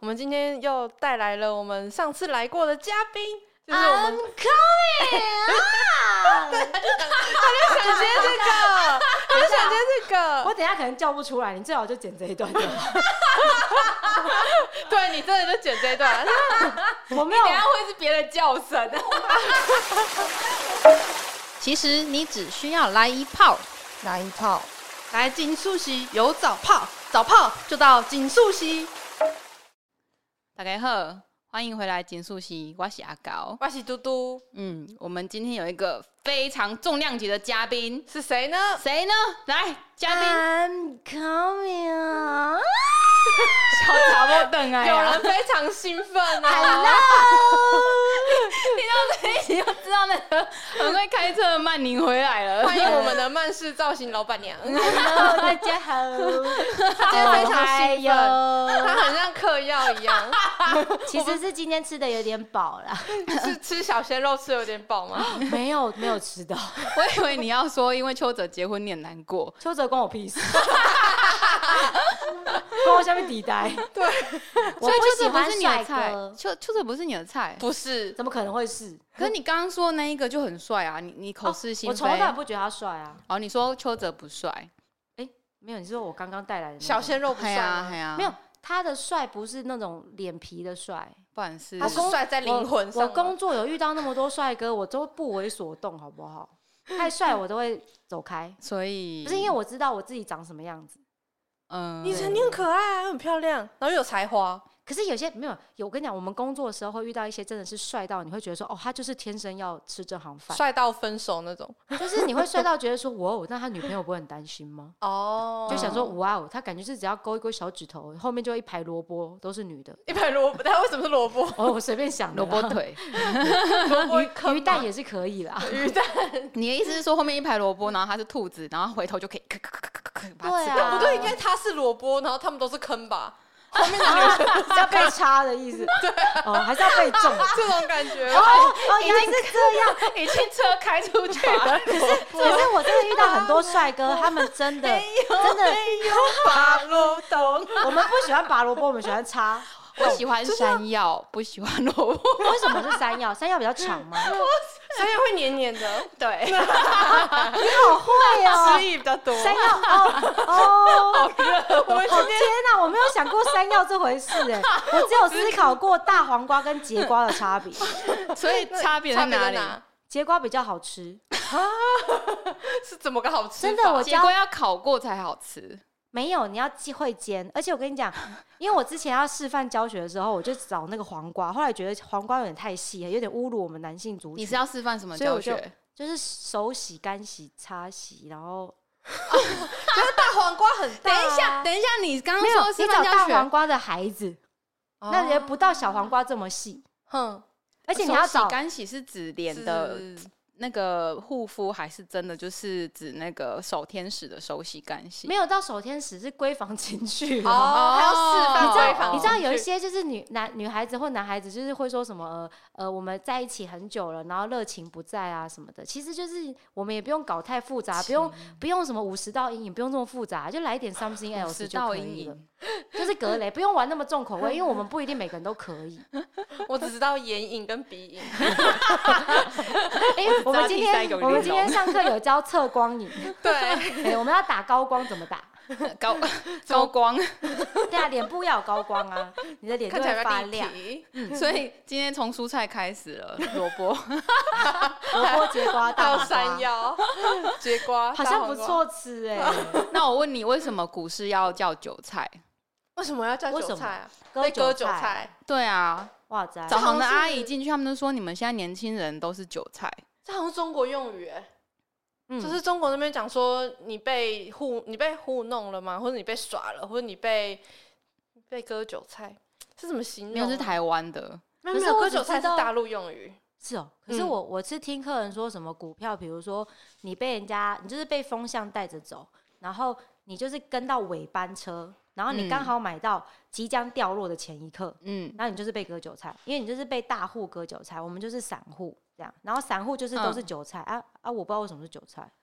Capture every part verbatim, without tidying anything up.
我们今天又带来了我们上次来过的嘉宾，就是我们 I'm coming 啊！ 对，他就想，他就想接这个，他就想接这个。 我等一下可能叫不出来，你最好就剪这一段就好。 对，你真的就剪这一段。 我没有， 你等一下会是别的叫声。其实你只需要来一泡， 来一泡，来金素溪有早泡，早泡就到金素溪。 大家好，欢迎回来金素溪，我是阿高， 我是嘟嘟。 嗯，我们今天有一个非常重量级的嘉宾， 是谁呢？ 谁呢？来，嘉宾 I'm coming 小茶波等哎， 有人非常兴奋哦。 Hello， 听到这一集就知道那个很会开车的曼宁回来了。 欢迎我们的曼氏造型老板娘。 Hello， 大家好。 她今天非常兴奋，她很像嗑药一样。 其实是今天吃的有点饱啦。 是吃小鲜肉吃有点饱吗？ 没有，没有吃到。 我以为你要说，因为邱泽结婚你很难过。 邱泽关我屁事。跟我下面抵呆。 对， 我不喜欢帅哥。 邱邱泽不是你的菜， 不是， 怎么可能会是？ 可是你刚刚说那一个就很帅啊，你你口是心非。 我从头到尾不觉得他帅啊。 哦，你说邱泽不帅？ 哎，没有，你说我刚刚带来的小鲜肉不帅啊？啊， 没有，他的帅不是那种脸皮的帅， 不然是他是帅在灵魂上。 我工作有遇到那么多帅哥，我都不为所动，好不好？太帅我都会走开。 所以不是因为我知道我自己长什么样子。 嗯，你你很可爱啊，很漂亮，然后又有才华。 可是有些没有，有我跟你讲，我们工作的时候会遇到一些真的是帅到你会觉得说，哦，他就是天生要吃这行饭， 帅到分手那种。 就是你会帅到觉得说，哇哦，那他女朋友不会很担心吗？ 哦， 就想说，哇哦，他感觉是只要勾一勾小指头，后面就一排萝卜都是女的， 一排萝卜，他为什么是萝卜？ 哦，我随便想的， 萝卜腿， 鱼鱼蛋也是可以啦， 鱼蛋。 你的意思是说后面一排萝卜，然后它是兔子，然后回头就可以咔咔咔咔咔把它吃掉？ 对啊， 不对，应该他是萝卜，然后他们都是坑吧？后面的女生是要被插的意思，对，哦，还是要被中这种感觉。 哦哦，原来是这样， 已经车开出去了。 可是可是我真的遇到很多帅哥，他们真的真的拔萝卜， 我们不喜欢拔萝卜，我们喜欢插。 我喜欢山药，不喜欢萝卜。 为什么是山药？山药比较长吗？ 山药会黏黏的。 对， 你好会哦， 汁液比较多。 山药哦哦， 好热！我们哦天哪，我没有想过山药这回事哎，我只有思考过大黄瓜跟节瓜的差别。 所以差别在哪里？ 节瓜比较好吃啊？ 是怎么个好吃？ 真的，我节瓜要烤过才好吃。 没有，你要会煎，而且我跟你讲，因为我之前要示范教学的时候，我就找那个黄瓜，后来觉得黄瓜有点太细，有点侮辱我们男性族群。 你是要示范什么教学？ 就, 就是手洗、干洗、擦洗，然后。 可是大黄瓜很大、啊。 等一下，等一下，你刚刚说示范教学， 你找大黄瓜的孩子，哦、那也不到小黄瓜这么细。哼，而且你要找干洗是指脸的。那个护肤还是真的就是指那个手天使的手洗干洗， 没有到手天使是闺房情趣哦，还要示范闺房。 你知道有一些就是女男女孩子或男孩子就是会说什么呃呃我们在一起很久了，然后热情不在啊什么的，其实就是我们也不用搞太复杂，不用不用什么五十道阴影，不用这么复杂，就来一点 something else 就可以了，就是格雷，不用玩那么重口味，因为我们不一定每个人都可以。 我只知道眼影跟鼻影。 哎、欸，我们今天我们今天上课有教测光影， 对， 欸，我们要打高光怎么打？ 高高光， 对啊，脸部要有高光啊，你的脸就会发亮。 嗯，所以今天从蔬菜开始了，萝卜、 萝卜、节瓜、大黄瓜、 山药、节瓜， 好像不错吃哎，欸。 那我问你，为什么股市要叫韭菜？ 为什么要叫韭菜啊？ 割割韭菜？ 对啊， 哇塞！ 早行的阿姨进去，他们都说你们现在年轻人都是韭菜， 这好像是中国用语哎。嗯，就是中国那边讲说你被糊你被糊弄了吗？或者你被耍了，或者你被被割韭菜，是怎么形容？ 没有，是台湾的。 没有，没有，割韭菜是大陆用语。 是哦，可是我、嗯、我是听客人说什么股票，比如说你被人家，你就是被风向带着走，然后你就是跟到尾班车，然后你刚好买到即将掉落的前一刻，嗯，然后你就是被割韭菜，因为你就是被大户割韭菜，我们就是散户这样，然后散户就是都是韭菜、嗯、啊啊！我不知道为什么是韭菜，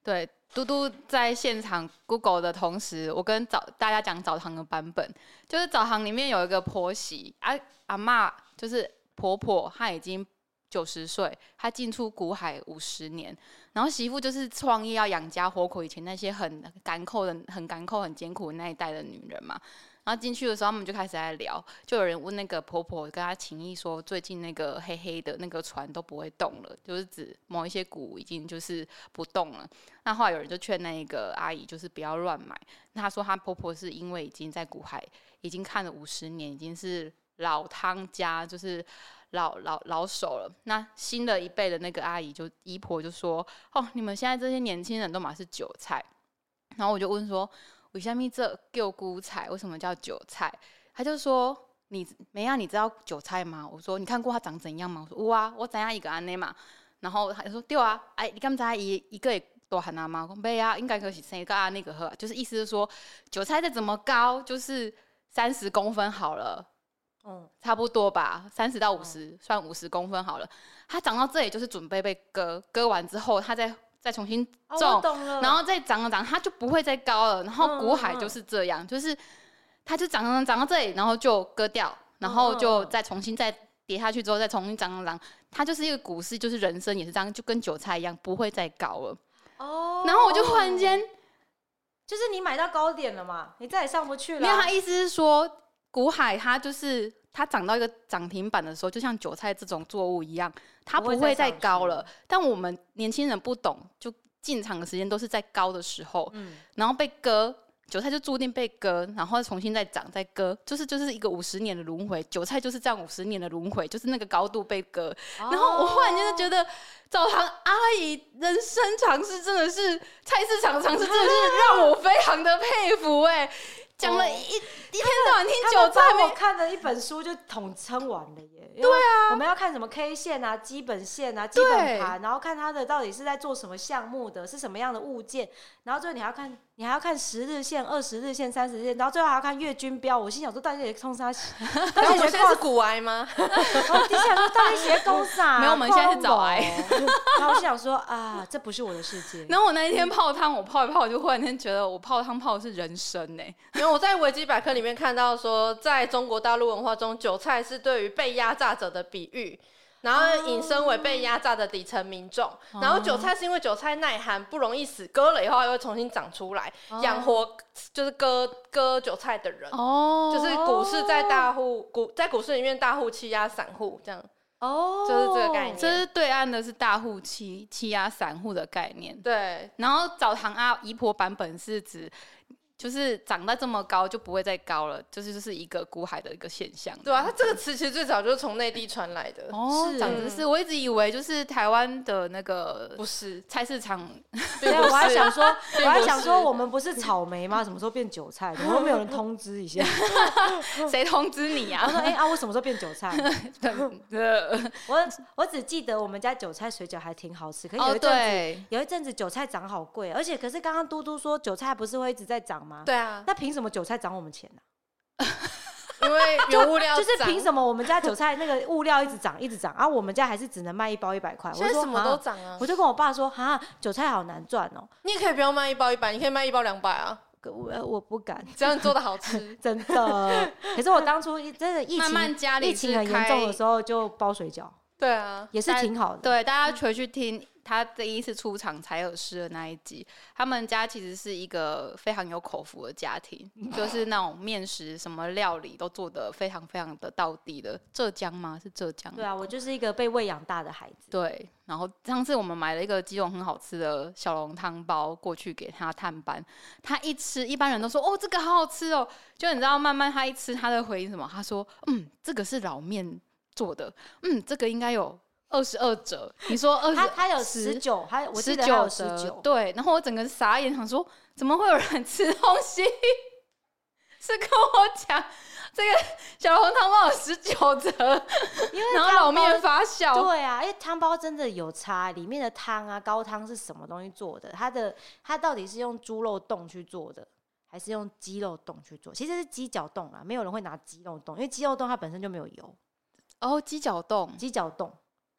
对，嘟嘟在现场 Google 的同时，我跟早大家讲澡堂的版本，就是澡堂里面有一个婆媳，啊阿嬷就是婆婆，她已经九十岁，她进出股海五十年，然后媳妇就是创业要养家活口，以前那些很甘扣的、很甘扣、很艰苦的那一代的女人嘛。然后进去的时候，他们就开始在聊，就有人问那个婆婆，跟她情意说，最近那个黑黑的那个船都不会动了，就是指某一些股已经就是不动了。那后来有人就劝那个阿姨，就是不要乱买。那她说她婆婆是因为已经在股海已经看了五十年，已经是老汤家，就是老老老手了。那新的一辈的那个阿姨就姨婆就说，哦，你们现在这些年轻人都嘛是韭菜。然后我就问说，为什么这叫韭菜？为什么叫韭菜？他就说：“你梅亚，你知道韭菜吗？”我说：“你看过它长怎样吗？”我说：“有啊，我知影一个安尼嘛。”然后他就说：“对啊，哎，你敢知伊一个会大汉啊吗？”我说：“没啊，应该可是生个啊那个好，就是意思是说，韭菜再怎么高，就是三十公分好了，嗯，差不多吧，三十到五十、嗯，算五十公分好了。它长到这里就是准备被割，割完之后，它再。”再重新种、 哦， 然后再长了长，它就不会再高了。然后股海就是这样，嗯嗯嗯就是它就长长长到这里，然后就割掉，然后就再重新再跌下去之后再重新长长长。它就是一个股市，就是人生也是这样，就跟韭菜一样，不会再高了。哦。然后我就忽然间， 就是你买到高点了嘛，你再也上不去了。 没有，他意思是说，股海它就是它涨到一个涨停板的时候，就像韭菜这种作物一样。它不会再高了，但我们年轻人不懂，就进场的时间都是在高的时候，嗯、然后被割，韭菜就注定被割，然后重新再长再割，就是就是一个五十年的轮回，韭菜就是这样五十年的轮回，就是那个高度被割。哦、然后我忽然间就觉得，澡堂阿姨人生尝试真的是菜市场尝试，真的是让我非常的佩服哎、欸。讲了一、哦、一天到晚听韭菜， 我看了一本书就统称完了耶。 对啊， 我们要看什么 K 线啊、基本线啊、基本盘，然后看它的到底是在做什么项目的，是什么样的物件，然后最后你还要看，你还要看十日线、二十日线、三十日线，然后最后还要看月均标。我心想说，到底在冲啥？ 但我们现在是股癌吗？ 我心想说，到底写公啥？ 没有，我们现在是早癌。 然后我心想说啊，这不是我的世界。 然后我那一天泡汤，我泡一泡，我就忽然间觉得我泡汤泡的是人生呢、欸。 因为我在维基百科里面看到说，在中国大陆文化中，韭菜是对于被压榨者的比喻。然后引申为被压榨的底层民众，哦、然后韭菜是因为韭菜耐寒不容易死，割了以后又会重新长出来，哦、养活就是割割韭菜的人，哦、就是股市在大户股在股市里面大户欺压散户这样，哦，就是这个概念。 这是对岸的是大户欺欺压散户的概念， 对。 然后澡堂阿姨婆版本是指。就是长到这么高就不会再高了，就是就是一个股海的一个现象。 对啊，它这个词其实最早就是从内地传来的。 哦，是，长知识，我一直以为就是台湾的那个不是菜市场。 对，我还想说，我还想说，我们不是草莓吗？什么时候变韭菜？怎么都没有人通知一下？ 谁通知你啊？ 我说，哎、欸、啊，我什么时候变韭菜？我我只记得我们家韭菜水饺还挺好吃，可是有一阵子、哦、有一阵子韭菜涨好贵，而且可是刚刚嘟嘟说韭菜不是会一直在涨吗？ 对啊， 那凭什么韭菜涨我们钱呢、 啊？因为原物料就是凭什么我们家韭菜那个物料一直涨一直涨，啊，我们家还是只能卖一包一百块。 现在什么都涨啊！ 我就跟我爸说，哈，韭菜好难赚哦。 你也可以不用卖一包一百，你可以卖一包两百啊。 我我不敢， 这样做的好吃， 真的。可是我当初真的疫情慢慢家里疫情很严重的时候，就包水饺。 对啊， 也是挺好的。 对，大家回去听他第一次出场采耳师的那一集，他们家其实是一个非常有口福的家庭，就是那种面食什么料理都做得非常非常的道地的。浙江吗？是浙江。 对啊，我就是一个被喂养大的孩子。 对，然后上次我们买了一个基隆很好吃的小笼汤包过去给他探班，他一吃，一般人都说哦这个好好吃哦，就你知道慢慢他一吃，他的回应什么？他说嗯这个是老面做的，嗯这个应该有二十二折，你说二十， 他他有十九，他我记得他有十九， 对。然后我整个傻眼，想说怎么会有人吃东西？是跟我讲这个小笼汤包有十九折，因为然后老面发酵， 对啊，因为汤包真的有差，里面的汤啊高汤是什么东西做的？它的它到底是用猪肉冻去做的，还是用鸡肉冻去做？其实是鸡脚冻啊，没有人会拿鸡肉冻，因为鸡肉冻它本身就没有油。 哦，鸡脚冻， 鸡脚冻。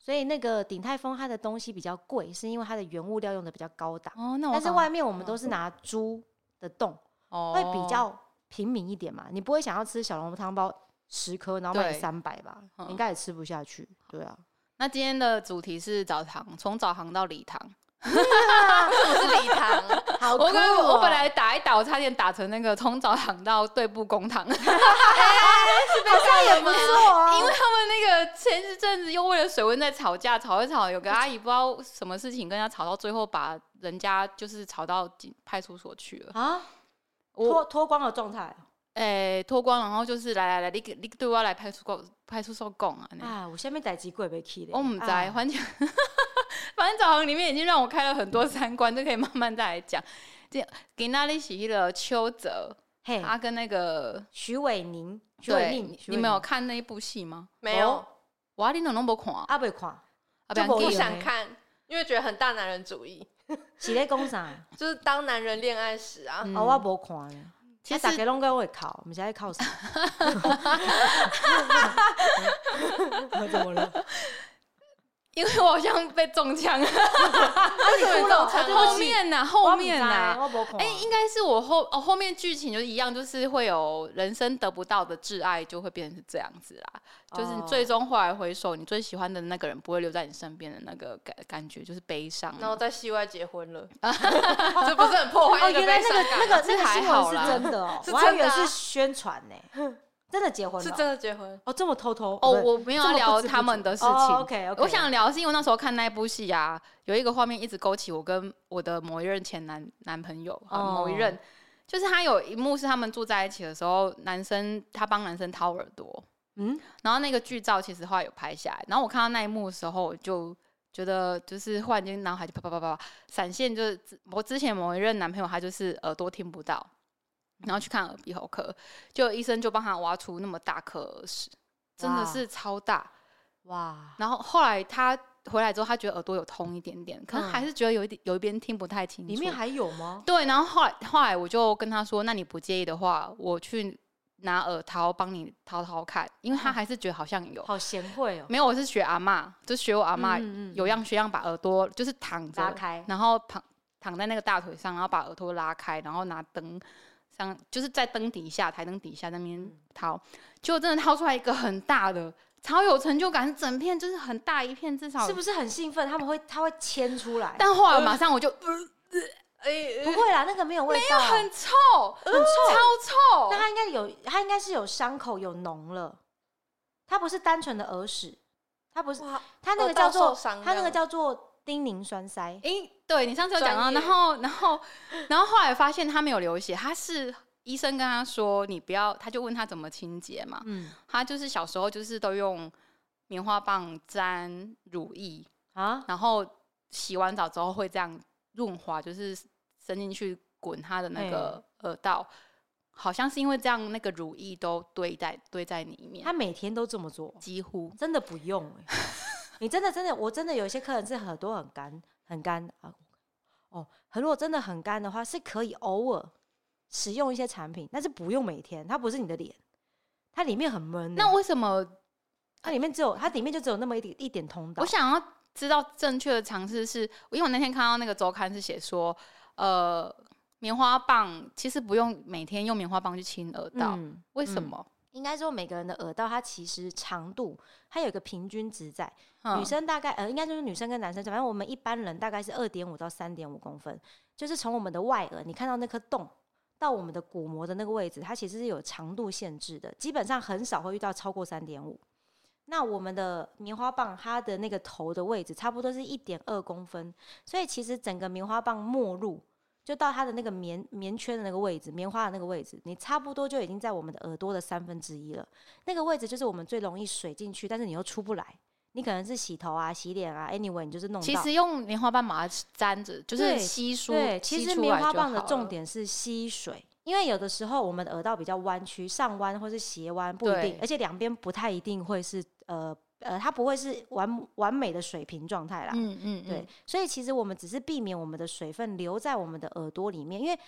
所以那个鼎泰丰它的东西比较贵，是因为它的原物料用的比较高档。 哦，那我但是外面我们都是拿猪的冻， 哦会比较平民一点嘛。你不会想要吃小笼汤包十颗，然后卖你三百吧？ 嗯应该也吃不下去。对啊。 那今天的主题是澡堂，从澡堂到礼堂。 不是礼堂， 好酷我跟哦！ 我本来打一打，我差点打成那个从澡堂到对簿公堂，因为好像也不错啊。 他们那个前阵子又为了水温在吵架，吵一吵，有个阿姨不知道什么事情跟人家吵到最后，把人家就是吵到警派出所去了啊， 我脱脱光的状态。 诶、脱光，然后就是来来来，你你对我来派出所派出所讲啊！ 啊，我下面代志过不去嘞。 我唔知， 啊反正反正澡堂里面已经让我开了很多三观，这可以慢慢再来讲。这给那里是那个邱泽， 嘿， 他跟那个徐伟宁，徐对， 伟宁， 你你们有看那一部戏吗？ 没有， 哇，你怎么没看？ 阿未看， 啊， 这没不不要紧想看，因为觉得很大男人主义， 是咧讲啥？ 就是当男人恋爱时啊。 嗯哦，我无看呢。 其实大家拢跟我会考，不是在考啥？怎么了？ 因为我好像被中枪了。 为什么哭了对不起后面呐、后面呐、 我无看。 哎、应该是我后哦，后面剧情就是一样，就是会有人生得不到的挚爱，就会变成是这样子啦。就是你最终后来回首，你最喜欢的那个人不会留在你身边的那个感感觉，就是悲伤。 然后在戏外结婚了，这不是很破坏哦， 那个原来那个悲伤感吗？ 那个那个还新闻好啦是真的哦， 是我还以为真的啊是宣传呢。真的结婚了？ 是真的结婚。 哦，这么偷偷哦，我没有要聊他们的事情。 哦，OK OK。 我想聊是因为那时候看那部戏啊，有一个画面一直勾起我跟我的某一任前男男朋友啊， 哦某一任，就是他有一幕是他们住在一起的时候，男生他帮男生掏耳朵， 嗯， 然后那个剧照其实后来有拍下来，然后我看到那一幕的时候，我就觉得就是忽然间脑海就啪啪啪啪啪闪现，就是我之前某一任男朋友他就是耳朵听不到。然后去看耳鼻喉科，就医生就帮他挖出那么大颗耳屎，真的是超大哇！ 然后后来他回来之后，他觉得耳朵有通一点点，可能还是觉得有一点有一边听不太清楚。 里面还有吗？ 对，然后后来后来我就跟他说，那你不介意的话，我去拿耳掏帮你掏掏看，因为他还是觉得好像有。 好贤惠哦。 没有，我是学阿嬷，就学我阿嬷嗯嗯嗯有样学样，把耳朵就是躺着拉开， 然后躺躺在那个大腿上，然后把耳朵拉开，然后拿灯。像就是在灯底下，台灯底下那边掏，结果真的掏出来一个很大的，超有成就感，整片就是很大一片，至少是不是很兴奋？他们会他会牵出来， 但后来马上我就，呃、 哎， 不会啦，那个没有味道， 没有很臭， 很臭， 超臭。 那他应该有，他应该是有伤口有脓了，他不是单纯的耳屎，他不是， 哇， 他那个叫做耳道受伤他那个这样叫做丁宁栓塞。 诶、对你上次有讲到， 专业然后然后然后后来发现他没有流血，他是医生跟他说你不要，他就问他怎么清洁嘛， 嗯他就是小时候就是都用棉花棒沾乳液， 啊， 然后洗完澡之后会这样润滑，就是伸进去滚他的那个耳道，好像是因为这样那个乳液都堆在堆在里面， 他每天都这么做， 几乎真的不用哎、你真的真的，我真的有一些客人是耳朵很干很干啊，哦，如果真的很干的话，是可以偶尔使用一些产品，但是不用每天，它不是你的脸，它里面很闷欸、 那为什么？ 它里面只有它里面就只有那么一点一点通道。 我想要知道正确的尝试是，因为我那天看到那个周刊是写说，呃，棉花棒其实不用每天用棉花棒去清耳道， 嗯为什么？ 应该说每个人的耳道它其实长度它有一个平均值在， 嗯女生大概呃应该就是女生跟男生，反正我们一般人大概是二点五到三点五公分，就是从我们的外耳你看到那颗洞到我们的鼓膜的那个位置，它其实是有长度限制的，基本上很少会遇到超过三点五。那我们的棉花棒它的那个头的位置差不多是一点二公分，所以其实整个棉花棒没入就到它的那个棉棉圈的那个位置，棉花的那个位置，你差不多就已经在我们的耳朵的三分之一了。那个位置就是我们最容易水进去，但是你又出不来。你可能是洗头啊、洗脸啊 ，anyway， 你就是弄到。 其实用棉花棒把它粘着，就是稀疏。 对，其实吸出来就棉花棒的好了重点是吸水，因为有的时候我们的耳道比较弯曲，上弯或是斜弯不一定对， 而且两边不太一定会是呃呃，它不会是完完美的水平状态啦。 嗯嗯， 对，所以其实我们只是避免我们的水分留在我们的耳朵里面，因为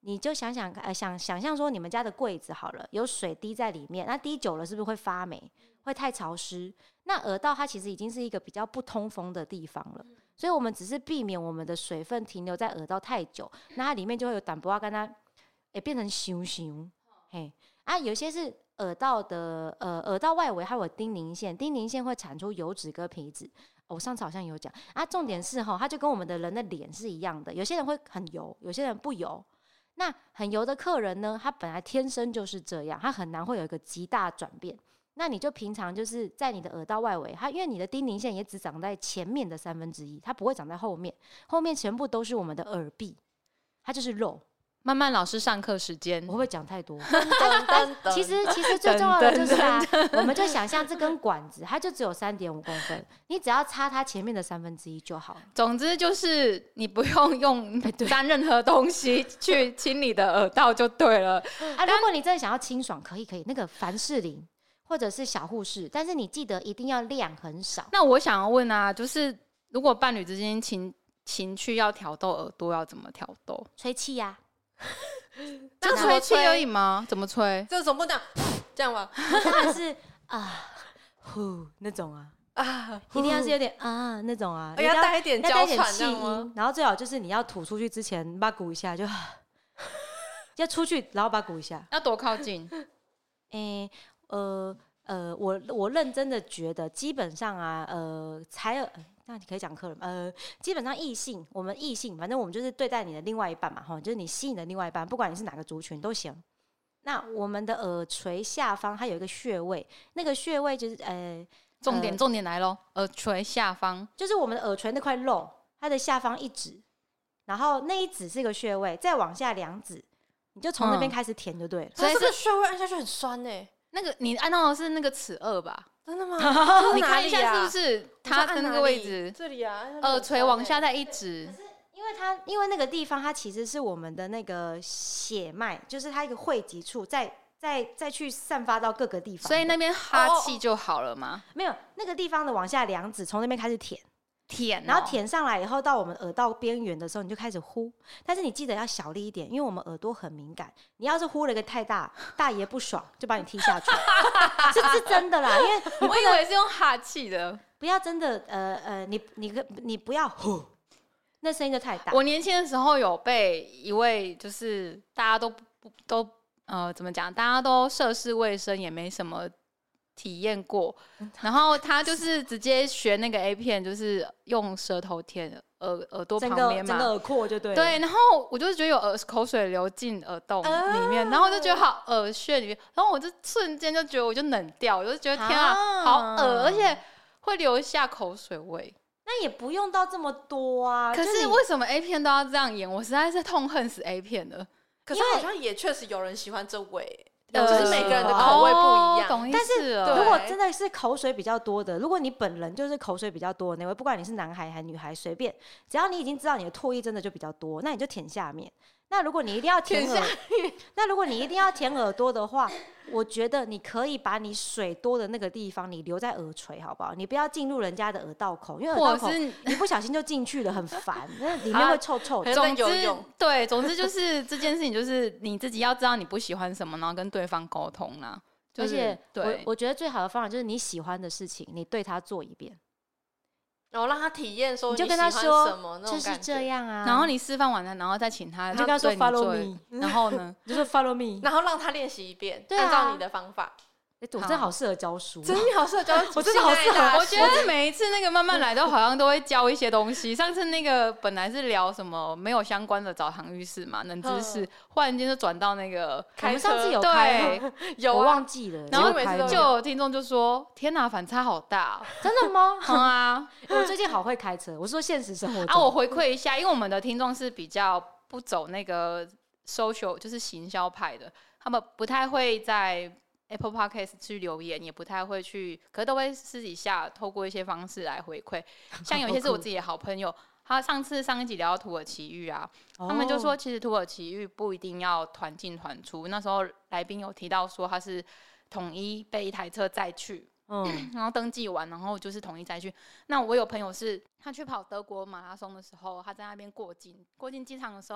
你就想想呃想想象说你们家的柜子好了，有水滴在里面，那滴久了是不是会发霉，会太潮湿？那耳道它其实已经是一个比较不通风的地方了，所以我们只是避免我们的水分停留在耳道太久，那它里面就会有淡薄跟它也变成熊熊，嘿啊，有些是耳道的呃耳道外围还有丁宁线，丁宁线会产出油脂跟皮脂。我、哦、上次好像有讲啊，重点是哈，它就跟我们的人的脸是一样的，有些人会很油，有些人不油。那很油的客人呢，他本来天生就是这样，他很难会有一个极大转变。那你就平常就是在你的耳道外围，它因为你的丁宁线也只长在前面的三分之一，它不会长在后面，后面全部都是我们的耳壁，它就是肉。 慢慢老师上课时间， 我会不会讲太多？ 噔噔噔其实其实最重要的就是啊，我们就想象这根管子，它就只有三点五公分，你只要插它前面的三分之一就好。 总之就是你不用用沾任何东西去清理的耳道就对了。 啊，如果你真的想要清爽，可以可以，那个凡士林或者是小护士，但是你记得一定要量很少。 那我想要问啊，就是如果伴侣之间情情趣要挑逗耳朵，要怎么挑逗？ 吹气呀、啊。 就吹气而已吗？怎么吹？ 这总不讲这样吧？ 当然是啊呼那种啊啊，一定要是有点啊那种啊， 要带一点娇喘气音，然后最好就是你要吐出去之前把鼓一下，就要出去，然后把鼓一下。 要多靠近？ 诶、欸，呃呃，我我认真的觉得，基本上啊，呃，才有。那你可以讲课了，呃，基本上异性，我们异性，反正我们就是对待你的另外一半嘛，哈，就是你吸引的另外一半，不管你是哪个族群都行。那我们的耳垂下方它有一个穴位，那个穴位就是呃， 重点重点来咯，耳垂下方就是我们的耳垂那块肉，它的下方一指，然后那一指是一个穴位，再往下两指，你就从那边开始舔就对了。 所以这个穴位按下去很酸呢、欸。 那个你按到的是那个齿颚吧？ 真的吗？ 你看一下是不是它的那个位置？ 这里啊， 耳垂往下再一指。 因为它因为那个地方它其实是我们的那个血脉，就是它一个汇集处，再再再去散发到各个地方。 所以那边哈气就好了吗？ 没有，那个地方的往下两指，从那边开始舔。 舔、喔， 然后舔上来以后，到我们耳道边缘的时候，你就开始呼。但是你记得要小力一点，因为我们耳朵很敏感。你要是呼了一个太大，大爷不爽，就把你踢下去。这是真的啦，因为我以为是用哈气的。 不要真的，呃呃，你你你不要呼，那声音就太大。 我年轻的时候有被一位就是大家都不都呃怎么讲，大家都涉世未深，也没什么体验过，然后他就是直接学那个 A 片，就是用舌头舔耳耳朵旁边嘛， 整个耳廓就对了。 对，然后我就觉得有耳口水流进耳洞里面， 啊、 然后我就觉得好耳穴里面，然后我就瞬间就觉得我就冷掉，我就觉得天啊，啊好恶，而且会留下口水味。 那也不用到这么多啊。 可是为什么 A 片都要这样演？我实在是痛恨死 A 片了。 可是好像也确实有人喜欢这味。呃，只是每个人的口味不一样， 哦、 但是如果真的是口水比较多的，如果你本人就是口水比较多的那位，不管你是男孩还是女孩，随便，只要你已经知道你的唾液真的就比较多，那你就舔下面。那如果你一定要舔耳，那如果你一定要舔耳朵的话，我觉得你可以把你水多的那个地方，你留在耳垂，好不好？你不要进入人家的耳道口，因为耳道口你不小心就进去了，很烦，那里面会臭臭的。 总之，对，总之就是这件事情，就是你自己要知道你不喜欢什么，然后跟对方沟通啦。就是、 而且， 对我我觉得最好的方法就是你喜欢的事情，你对他做一遍。 然后让他体验说， 你就跟他说什么就是这样啊， 然后你示范完了，然后再请他， 你就跟他说 follow me， 然后呢， 你就说 follow me， 然后让他练习一遍， 对啊、 按照你的方法。 哎、欸，我真的好适合教书、啊， 真的好适合教书， 我真的好适合。 我觉得每一次那个慢慢来都好像都会教一些东西。上次那个本来是聊什么没有相关的澡堂浴室嘛，冷知识，忽然间就转到那个我们上次有开， 有、啊、 我忘记了。 然后就有听众就说：“天哪，反差好大、喔！” 真的吗？ 嗯啊， 我最近好会开车。我说现实生活中啊，我回馈一下，因为我们的听众是比较不走那个 social， 就是行销派的，他们不太会在Apple Podcast 去留言，也不太会去，可是都会私底下透过一些方式来回馈。像有一些是我自己的好朋友，他上次上一集聊到土耳其浴啊，他们就说其实土耳其浴不一定要团进团出。那时候来宾有提到说他是统一被一台车载去，嗯，然后登记完，然后就是统一载去。那我有朋友是他去跑德国马拉松的时候，他在那边过境，过境机场的时候，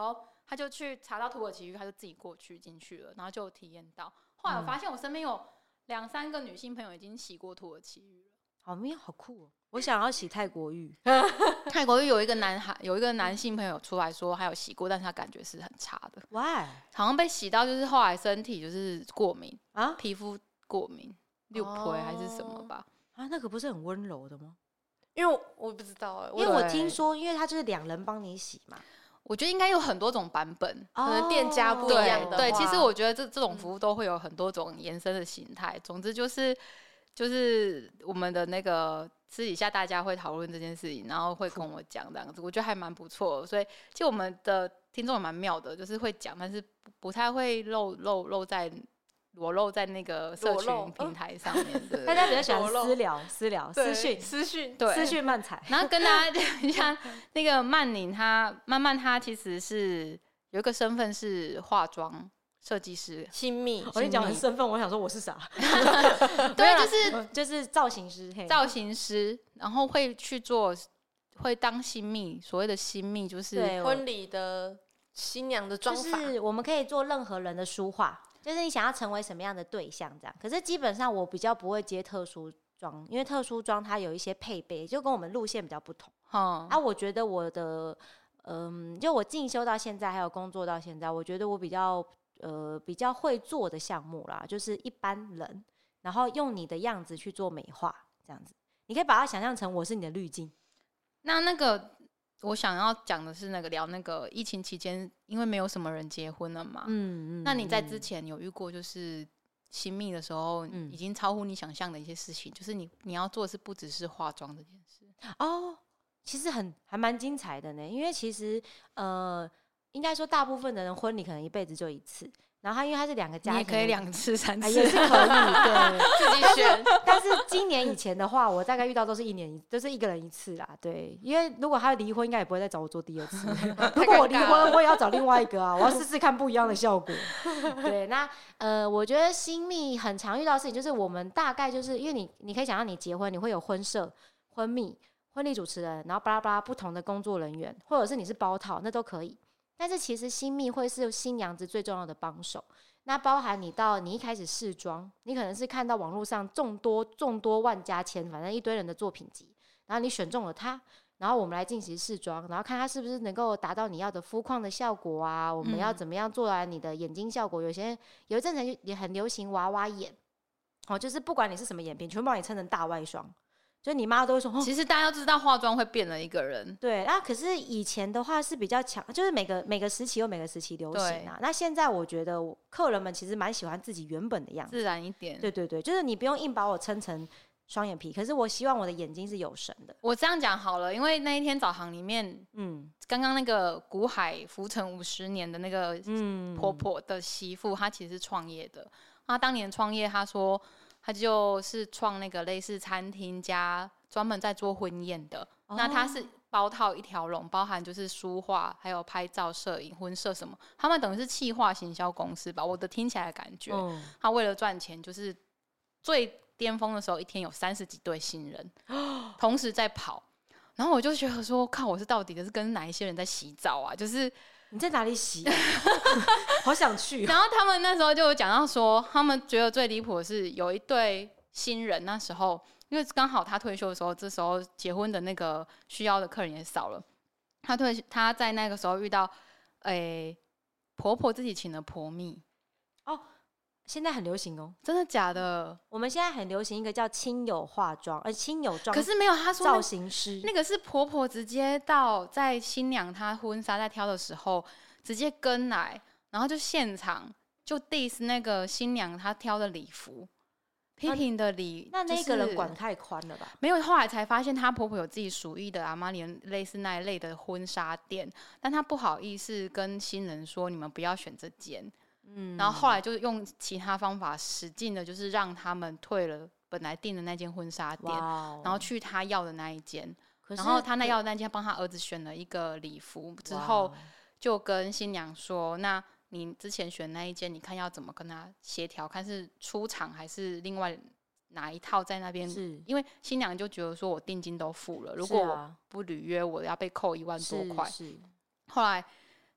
他就去查到土耳其浴，他就自己过去进去了，然后就体验到。后来我发现我身边有两三个女性朋友已经洗过土耳其浴了， 好妙，好酷哦！我想要洗泰国浴。 泰国浴有一个男孩，有一个男性朋友出来说他有洗过，但是他感觉是很差的。 Why？ 好像被洗到就是后来身体就是过敏啊， 皮肤过敏，六推还是什么吧？ 啊，那个不是很温柔的吗？ 因为 我, 我不知道哎、欸， 因为我听说，因为他就是两人帮你洗嘛。 我觉得应该有很多种版本， 可能店家不一样的话。 对，对，其实我觉得这这种服务都会有很多种延伸的形态。嗯、总之就是就是我们的那个私底下大家会讨论这件事情，然后会跟我讲这样子，我觉得还蛮不错的。所以其实我们的听众也蛮妙的，就是会讲，但是不太会露露露在。裸露在那个社群平台上面的， 大家比较喜欢私聊、私聊、私讯、 私讯、 对私讯漫才。 然后跟大家讲一下，那个曼宁她曼曼她其实是有一个身份是化妆设计师， 亲密。 我跟你讲完身份，我想说我是啥？ 对，就是就是造型师， 造型师，然后会去做，会当新秘，所谓的新秘就是婚礼的新娘的妆法， 就是我们可以做任何人的书画。就是你想要成为什么样的对象，这样。可是基本上我比较不会接特殊妆，因为特殊妆它有一些配备，就跟我们路线比较不同。嗯、啊，我觉得我的，嗯，就我进修到现在，还有工作到现在，我觉得我比较，呃，比较会做的项目啦，就是一般人，然后用你的样子去做美化，这样子。你可以把它想象成我是你的滤镜。 那那个。我想要讲的是那个聊那个疫情期间，因为没有什么人结婚了嘛。嗯嗯。那你在之前有遇过就是新密的时候，嗯、已经超乎你想象的一些事情，就是你你要做的是不只是化妆这件事哦，其实很还蛮精彩的呢。因为其实呃，应该说大部分的人婚礼可能一辈子就一次。然后他因为他是两个家庭， 你也可以两次三次、 啊、也是可以，对， 自己选。 但是今年以前的话，我大概遇到都是一年，都是一个人一次啦，对。因为如果他离婚，应该也不会再找我做第二次。如果我离婚，我也要找另外一个啊，我要试试看不一样的效果。对，那呃，我觉得新秘很常遇到的事情，就是我们大概就是因为你，你可以想象你结婚，你会有婚摄、婚秘、婚礼主持人，然后巴拉巴拉不同的工作人员，或者是你是包套，那都可以。但是其实新秘会是新娘子最重要的帮手，那包含你到你一开始试妆，你可能是看到网络上众多众多万家千，反正一堆人的作品集，然后你选中了它，然后我们来进行试妆，然后看它是不是能够达到你要的肤况的效果啊，我们要怎么样做来你的眼睛效果，有些有一阵子也很流行娃娃眼，哦，就是不管你是什么眼皮，全部帮你撑成大外双。就你妈都会说、哦， 其实大家都知道化妆会变了一个人。 对，那、啊、可是以前的话是比较强，就是每个每个时期有每个时期流行啊。那现在我觉得客人们其实蛮喜欢自己原本的样子， 自然一点。 对对对，就是你不用硬把我撑成双眼皮，可是我希望我的眼睛是有神的。 我这样讲好了，因为那一天早行里面，嗯，刚刚那个古海浮沉五十年的那个婆婆的媳妇，她其实是创业的。她当年创业，她说。他就是创那个类似餐厅加专门在做婚宴的，哦、那他是包套一条龙，包含就是书画，还有拍照、摄影、婚摄什么，他们等于是企划行销公司吧。我的听起来的感觉，嗯、他为了赚钱，就是最巅峰的时候，一天有三十几对新人，哦、同时在跑。然后我就觉得说，看我是到底的是跟哪一些人在洗澡啊？就是你在哪里洗、啊？好想去、哦。 然后他们那时候就有讲到说，他们觉得最离谱的是有一对新人，那时候因为刚好他退休的时候，这时候结婚的那个需要的客人也少了。他退他在那个时候遇到，诶、欸，婆婆自己请了婆蜜。 哦。现在很流行哦， 真的假的？ 我们现在很流行一个叫亲友化妆，而亲友妆。 可是没有，他说造型师那个是婆婆直接到在新娘她婚纱在挑的时候，直接跟来，然后就现场就 diss 那个新娘她挑的礼服，批评的礼、 啊。那那个人管太宽了吧？ 没有，后来才发现她婆婆有自己属意的阿玛尼类似那一类的婚纱店，但她不好意思跟新人说，你们不要选这间。嗯，然后后来就用其他方法使劲的，就是让他们退了本来订的那间婚纱店，然后去他要的那一间。然后他那要的那间帮他儿子选了一个礼服之后，就跟新娘说：“那你之前选那一间，你看要怎么跟他协调，看是出场还是另外哪一套在那边？因为新娘就觉得说我定金都付了，如果我不履约，我要被扣一万多块。后来。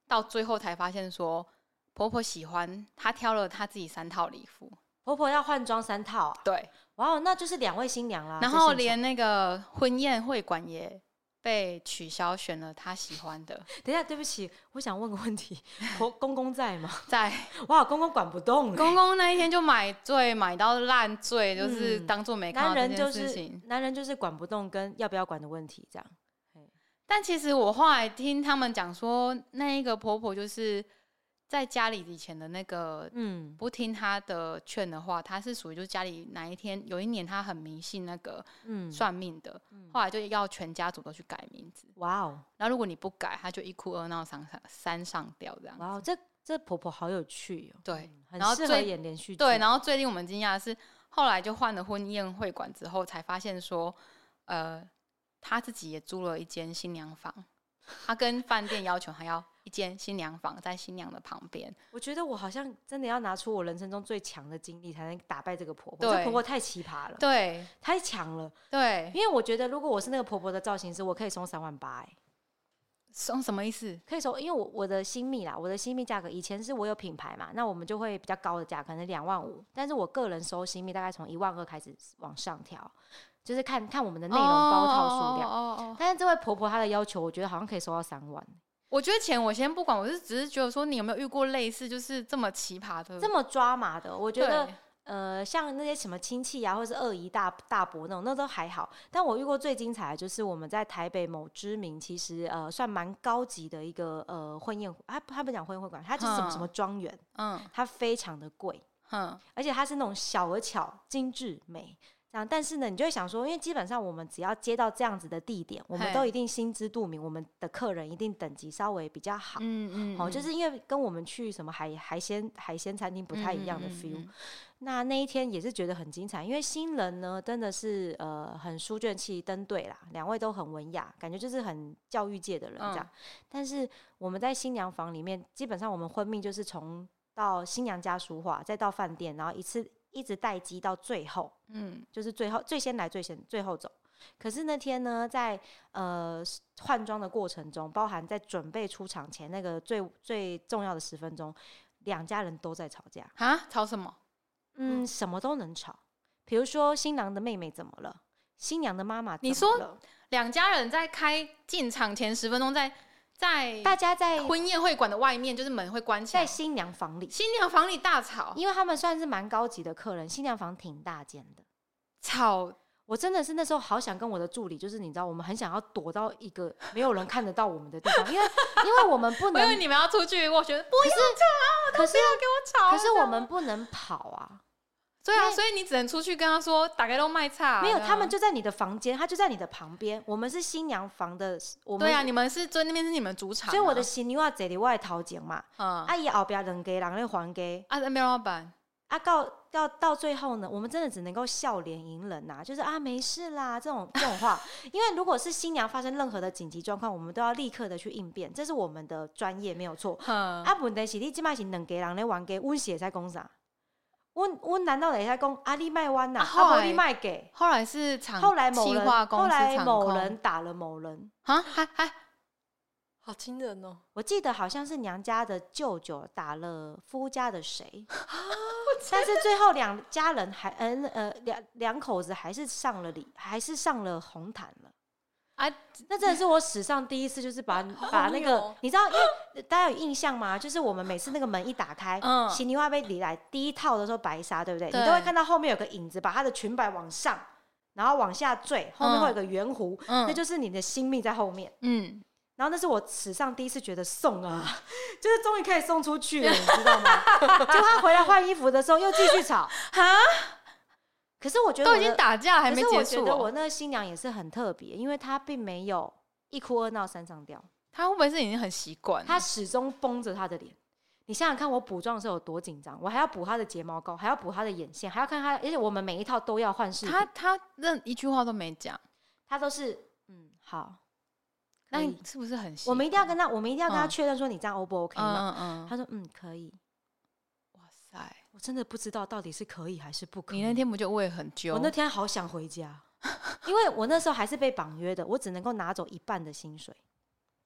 到最后才发现说婆婆喜欢她，挑了她自己三套礼服， 婆婆要换装三套啊？ 对， 哇，那就是两位新娘啦。 然后连那个婚宴会馆也被取消，选了她喜欢的。 等一下，对不起，我想问个问题，婆公公在吗？ 在。 哇，公公管不动、欸。 公公那一天就买醉，买到烂醉，就是当做没看到这件事情。 男人就是男人就是管不动跟要不要管的问题，这样。 但其实我后来听他们讲说，那一个婆婆就是在家里以前的那个，嗯，不听她的劝的话，她是属于就是家里哪一天有一年她很迷信那个算命的，嗯、后来就要全家族都去改名字。哇哦！然后如果你不改，她就一哭二闹三上三上吊这样。 哇哦，这这婆婆好有趣哦。 对， 很适合演连续剧。 对，然后最令我们惊讶的是，后来就换了婚宴会馆之后，才发现说，呃。他自己也租了一间新娘房，他跟饭店要求还要一间新娘房在新娘的旁边。 我觉得我好像真的要拿出我人生中最强的精力才能打败这个婆婆。这婆婆太奇葩了， 对， 太强了， 对。 因为我觉得如果我是那个婆婆的造型师，我可以收三万八，哎， 收什么意思？ 可以收，因为我我的新秘啦，我的新秘价格以前是我有品牌嘛，那我们就会比较高的价，可能两万五，但是我个人收新秘大概从一万二开始往上调。就是看看我们的内容包套数量， oh, oh, oh, oh. 但是这位婆婆她的要求，我觉得好像可以收到三万。 我觉得钱我先不管，我是只是觉得说，你有没有遇过类似就是这么奇葩的、 这么抓马的？我觉得呃，像那些什么亲戚啊，或是二姨大大伯那种，那都还好。但我遇过最精彩的就是我们在台北某知名，其实呃算蛮高级的一个呃婚宴，他他不讲婚宴会馆，他就是什么什么庄园，嗯，它非常的贵，嗯，而且它是那种小而巧、精致美。但是呢，你就会想说，因为基本上我们只要接到这样子的地点，我们都一定心知肚明，我们的客人一定等级稍微比较好，嗯嗯，哦，就是因为跟我们去什么海海鲜海鲜餐厅不太一样的 feel。嗯嗯嗯嗯那那一天也是觉得很精彩，因为新人呢真的是呃很书卷气登对啦，两位都很文雅，感觉就是很教育界的人这样。嗯、但是我们在新娘房里面，基本上我们婚命就是从到新娘家梳化，再到饭店，然后一次。一直待机到最后，嗯，就是最后最先来最先最后走。可是那天呢，在呃换装的过程中，包含在准备出场前那个最最重要的十分钟，两家人都在吵架啊！吵什么？ 嗯，什么都能吵。比如说新郎的妹妹怎么了，新娘的妈妈怎么了？ 你说两家人在开进场前十分钟在。在大家在婚宴会馆的外面，就是门会关起来， 在新娘房里， 新娘房里大吵， 因为他们算是蛮高级的客人，新娘房挺大间的， 吵。 我真的是那时候好想跟我的助理，就是你知道，我们很想要躲到一个没有人看得到我们的地方，因为因为我们不能， 因为你们要出去，我觉得不要吵， 可是不要给我吵， 可是我们不能跑啊。 对啊，所以你只能出去跟他说，打开都卖差。 没有，他们就在你的房间，他就在你的旁边。我们是新娘房的，我们对啊，你们是在那边是你们主场、啊， 所以我的新娘坐在我的头前嘛，嗯，啊，伊后边两家人咧还给啊，那边怎么办？ 啊，到到到最后呢，我们真的只能够笑脸迎人呐、啊，就是啊，没事啦，这种这种话。因为如果是新娘发生任何的紧急状况，我们都要立刻的去应变，这是我们的专业，没有错。啊，问题是你现在是两家人咧还给，阮是会使讲啥？阮阮难道会使讲啊？你卖弯呐？啊，无你卖给？ 后来是场后来某人后来某控人打了某人啊，还还好惊人哦！ 我记得好像是娘家的舅舅打了夫家的谁，但是最后两家人还嗯呃两两口子还是上了礼，还是上了红毯了。啊，那真的是我史上第一次，就是把把那个，你知道，因为大家有印象吗？就是我们每次那个门一打开，嗯，新娘被礼来第一套的时候白纱，对不对？对，你都会看到后面有个影子，把她的裙摆往上，然后往下坠，后面会有个圆弧，嗯，那就是你的新秘在后面，嗯。然后那是我史上第一次觉得送啊，就是终于可以送出去了，你知道吗？结果他回来换衣服的时候又继续吵，哈。可是我觉得都已经打架了还没结束、哦。 可是我觉得我那个新娘也是很特别，因为她并没有一哭二闹三上吊。 她会不会是已经很习惯？ 她始终绷着她的脸。你想想看，我补妆的时候有多紧张，我还要补她的睫毛膏，还要补她的眼线，还要看她，而且我们每一套都要换饰品。 她她任一句话都没讲， 她都是嗯好。 那你是不是很习惯？ 我们一定要跟她，我们一定要跟她确认说你这样 O 不 OK 吗？嗯嗯。她说嗯可以。 哇塞！ 我真的不知道到底是可以还是不可以。 你那天不就胃很揪？ 我那天好想回家，因为我那时候还是被绑约的，我只能够拿走一半的薪水。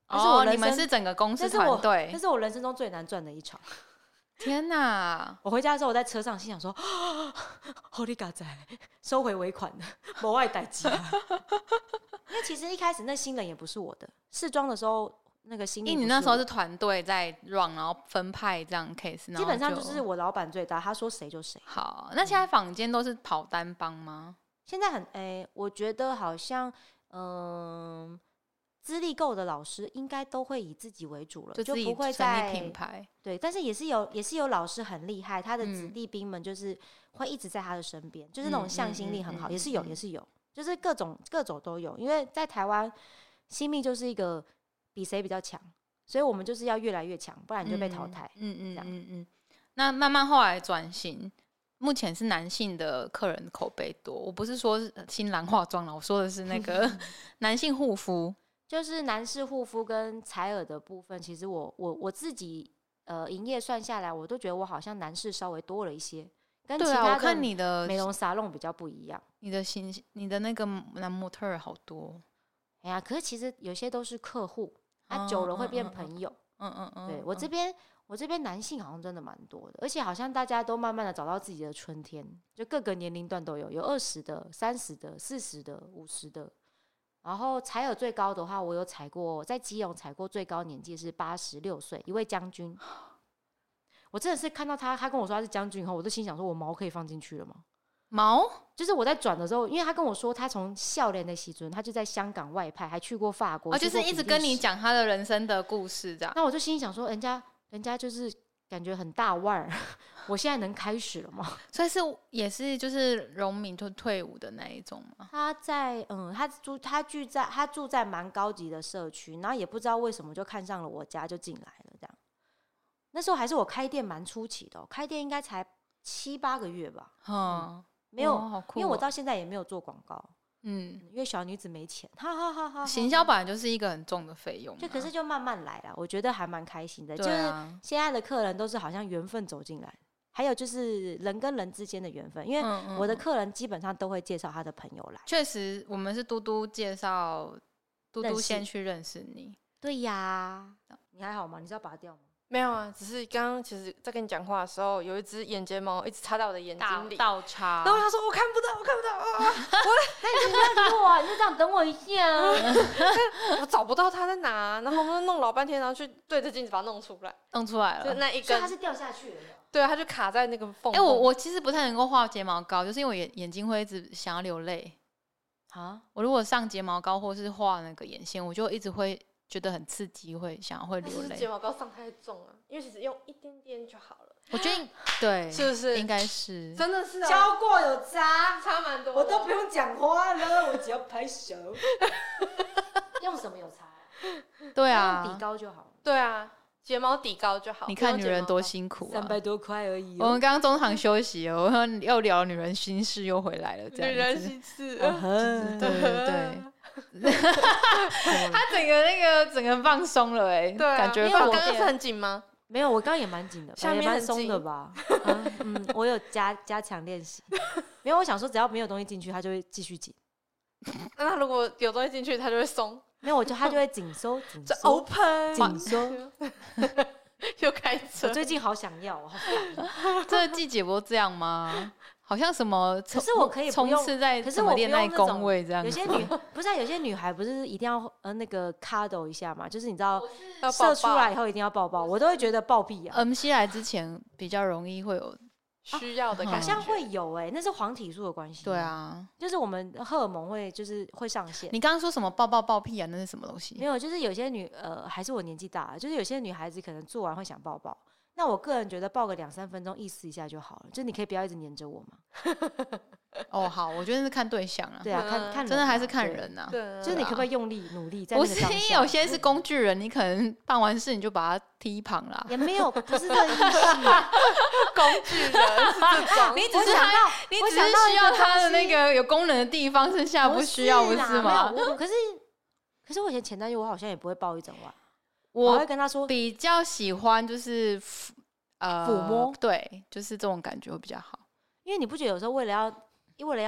哦， 那是我人生你们是整个公司那是我团队那。是我人生中最难赚的一场。 天哪！ 我回家的时候，我在车上心想说：“好你嘎仔，收回尾款了，没外代志啊。”因为其实一开始那新人也不是我的，试妆的时候那个新人， 因为你那时候是团队在 run， 然后分派这样 case， 基本上就是我老板最大，他说谁就谁。 好，那现在坊间都是跑单帮吗？ 现在很诶、欸，我觉得好像嗯。资历够的老师应该都会以自己为主了， 就就不会在品牌。 对，但是也是有也是有老师很厉害，他的子弟兵们就是会一直在他的身边，嗯、就是那种向心力很好，嗯嗯嗯嗯、也是有也是有，就是各种各种都有。因为在台湾，新秘就是一个比谁比较强，所以我们就是要越来越强，不然你就被淘汰。 嗯嗯嗯嗯。那慢慢后来转型，目前是男性的客人口碑多。我不是说新兰化妆了，我说的是那个男性护肤。 就是男士护肤跟采耳的部分，其实我我我自己呃营业算下来，我都觉得我好像男士稍微多了一些，跟其他的美容沙龙比较不一样。 你的新你的那个男模特儿好多， 哎呀，可是其实有些都是客户，他、啊、久了会变朋友。 嗯嗯嗯， 对我这边我这边男性好像真的蛮多的，而且好像大家都慢慢的找到自己的春天，就各个年龄段都有，有二十的、三十的、四十的、五十的。然后采耳最高的话，我有采过，在基隆采过最高年纪是八十六岁，一位将军。我真的是看到他，他跟我说他是将军以后，我都心想说，我毛可以放进去了吗？ 毛就是我在转的时候，因为他跟我说他从少年的时阵，他就在香港外派，还去过法国， 哦，就是一直跟你讲他的人生的故事这样。 那我就心里想说，人家人家就是感觉很大腕儿，我现在能开始了吗？ 所以是也是就是荣民就退伍的那一种吗？ 他在嗯，他住他住在他住在蛮高级的社区，然后也不知道为什么就看上了我家就进来了这样。那时候还是我开店蛮初期的、喔，开店应该才七八个月吧。嗯，没有、哦喔，因为我到现在也没有做广告。嗯，因为小女子没钱，哈哈哈哈。 行销本来就是一个很重的费用， 就可是就慢慢来啦，我觉得还蛮开心的。啊、就是现在的客人都是好像缘分走进来，还有就是人跟人之间的缘分，因为我的客人基本上都会介绍他的朋友来。 确实，我们是嘟嘟介绍，嘟嘟先去认识你。 对呀，你还好吗？你是要拔掉吗？ 没有啊，只是刚刚其实在跟你讲话的时候，有一只眼睫毛一直插到我的眼睛里， 倒插。 然后他说我看不到，我看不到啊！我那你不要理我啊，你就这样等我一下啊！ 我找不到他在哪，然后我们弄老半天，然后去对着镜子把它弄出来， 弄出来了。 就那一根， 所以它是掉下去了。 对，它就卡在那个缝。 哎、欸，我我其实不太能够画睫毛膏，就是因为我眼眼睛会一直想要流泪啊。我如果上睫毛膏或是画那个眼线，我就一直会觉得很刺激，会想要会流泪。 睫毛膏上太重了，因为其实用一点点就好了。 我觉得对， 是不是？ 应该是， 真的是、啊、 教过有差， 差蛮多。 我都不用讲话了，我只要拍手。用什么有差、啊？ 对啊， 用底膏就好了。 对啊。睫毛底膏就好， 你看女人多辛苦啊， 三百多块而已、 哦。我们刚刚中场休息哦，又聊女人心事又回来了，这样子。 女人心事， 哦、对对对。他整个那个整个放松了哎、欸， 对、啊， 感觉因为我刚刚是很紧吗？ 没有，我刚刚也蛮紧的， 下面蛮松的吧？嗯, 嗯，我有加加强练习。没有，我想说只要没有东西进去，它就会继续紧。 那他如果有东西进去，它就会松。 没有，我就它就会紧收，紧收 ，open， 紧收。 又开车， 我最近好想要，我好烦。 这个季节不都这样吗？好像什么， 可是我可以冲刺在什么恋爱宫位这样。 有些女不是、啊、有些女孩不是一定要呃那个 cuddle 一下嘛？就是你知道射出来以后一定要抱抱，我都会觉得暴毙啊。 M C 来之前比较容易会有。 需要的感觉、 啊、好像会有哎、欸，那是黄体素的关系。 对啊， 就是我们荷尔蒙会就是会上线。 你刚刚说什么抱抱抱屁啊？那是什么东西？ 没有，就是有些女呃，还是我年纪大了，就是有些女孩子可能做完会想抱抱。那我个人觉得抱个两三分钟，意思一下就好了。就你可以不要一直黏着我嘛。 哦，好，我觉得是看对象啊。 对啊，看看真的还是看人啊。 对，对就是你可不可以用力努力在那个当下？ 不是，有些是工具人，你可能办完事你就把他踢旁啦。 也没有，不是这个意思。 工具人是这种， 你只是他，你只是需要他的那个有功能的地方，剩下不需要，不是吗？ 我可是，可是我以前前男友，我好像也不会抱一整晚。 我, 我会跟他说， 比较喜欢就是呃抚摸， 对，就是这种感觉会比较好。 因为你不觉得有时候为了要为了要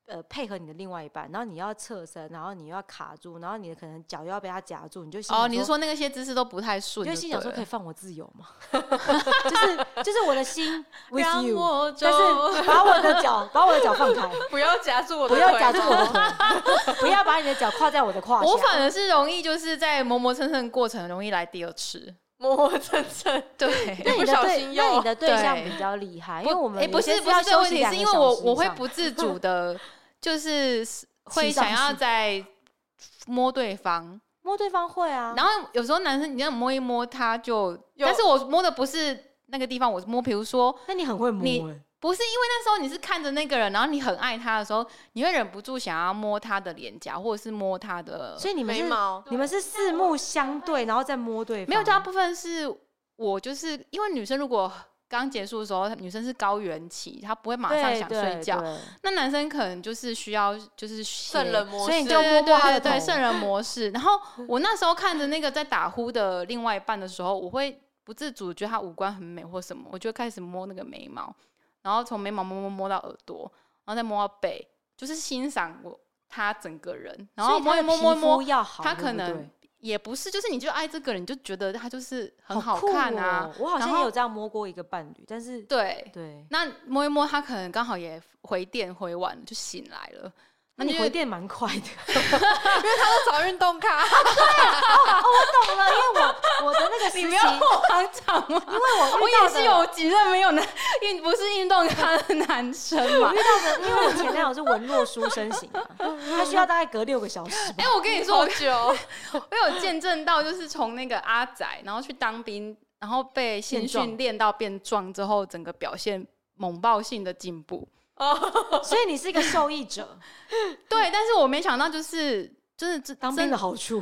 呃配合你的另外一半，然后你要侧身，然后你又要卡住，然后你的可能脚又要被他夹住，你就心哦，你是说那个些姿势都不太顺， 你就心想说可以以放我自由吗？就是就是我的心 with 让 you， 我走但是把我的脚把我的脚放开， 不要夹住我的不腿， 要夹住我的腿，不要把你的脚跨在我的胯下。 我反而是容易就是在磨磨蹭蹭的过程容易来第二次。 磨磨蹭蹭， 对， 那你不小的对心又那你的对象对比较厉害，因为我们哎、不是有些要不是这个问题， 休息两个是因为我小时以上我会不自主的，就是会想要在摸对方， 摸对方会啊， 然后有时候男生你这样摸一摸他就， 有但是我摸的不是那个地方，我摸，比如说那你很会摸你欸不是因为那时候你是看着那个人，然后你很爱他的时候，你会忍不住想要摸他的脸颊，或者是摸他的， 所以你们是眉毛你们是四目相对，然后再摸对方。 没有，大部分是我就是因为女生如果刚结束的时候，女生是高原期，她不会马上想睡觉， 对对那男生可能就是需要就是圣人模式， 所以你就对摸摸他的对对对头圣人模式。然后我那时候看着那个在打呼的另外一半的时候，我会不自主觉得他五官很美或什么，我就开始摸那个眉毛，然后从眉毛摸摸摸到耳朵，然后再摸到背，就是欣赏我他整个人，然后摸一摸摸一摸， 要好， 他可能对不对也不是，就是你就爱这个人，你就觉得他就是很好酷看啊。 哦我好像然后也有这样摸过一个伴侣，但是对， 对， 那摸一摸，他可能刚好也回电回完了，就醒来了。 那你回电蛮快的。 因为他都找运动卡， 懂了，因为我我的那个时期，因为你没有后行长吗？ 我遇我到的也是有几任没有男运不是运动咖的男生嘛我遇。到的，因为我前男友是文弱书生型的，他需要大概隔六个小时吧哎、。我跟你说，我好久， 我有见证到，就是从那个阿仔，然后去当兵，然后被新变壮训练到变壮之后，整个表现猛爆性的进步。 所以你是一个受益者， 对，但是我没想到，就是就是这当兵的好处。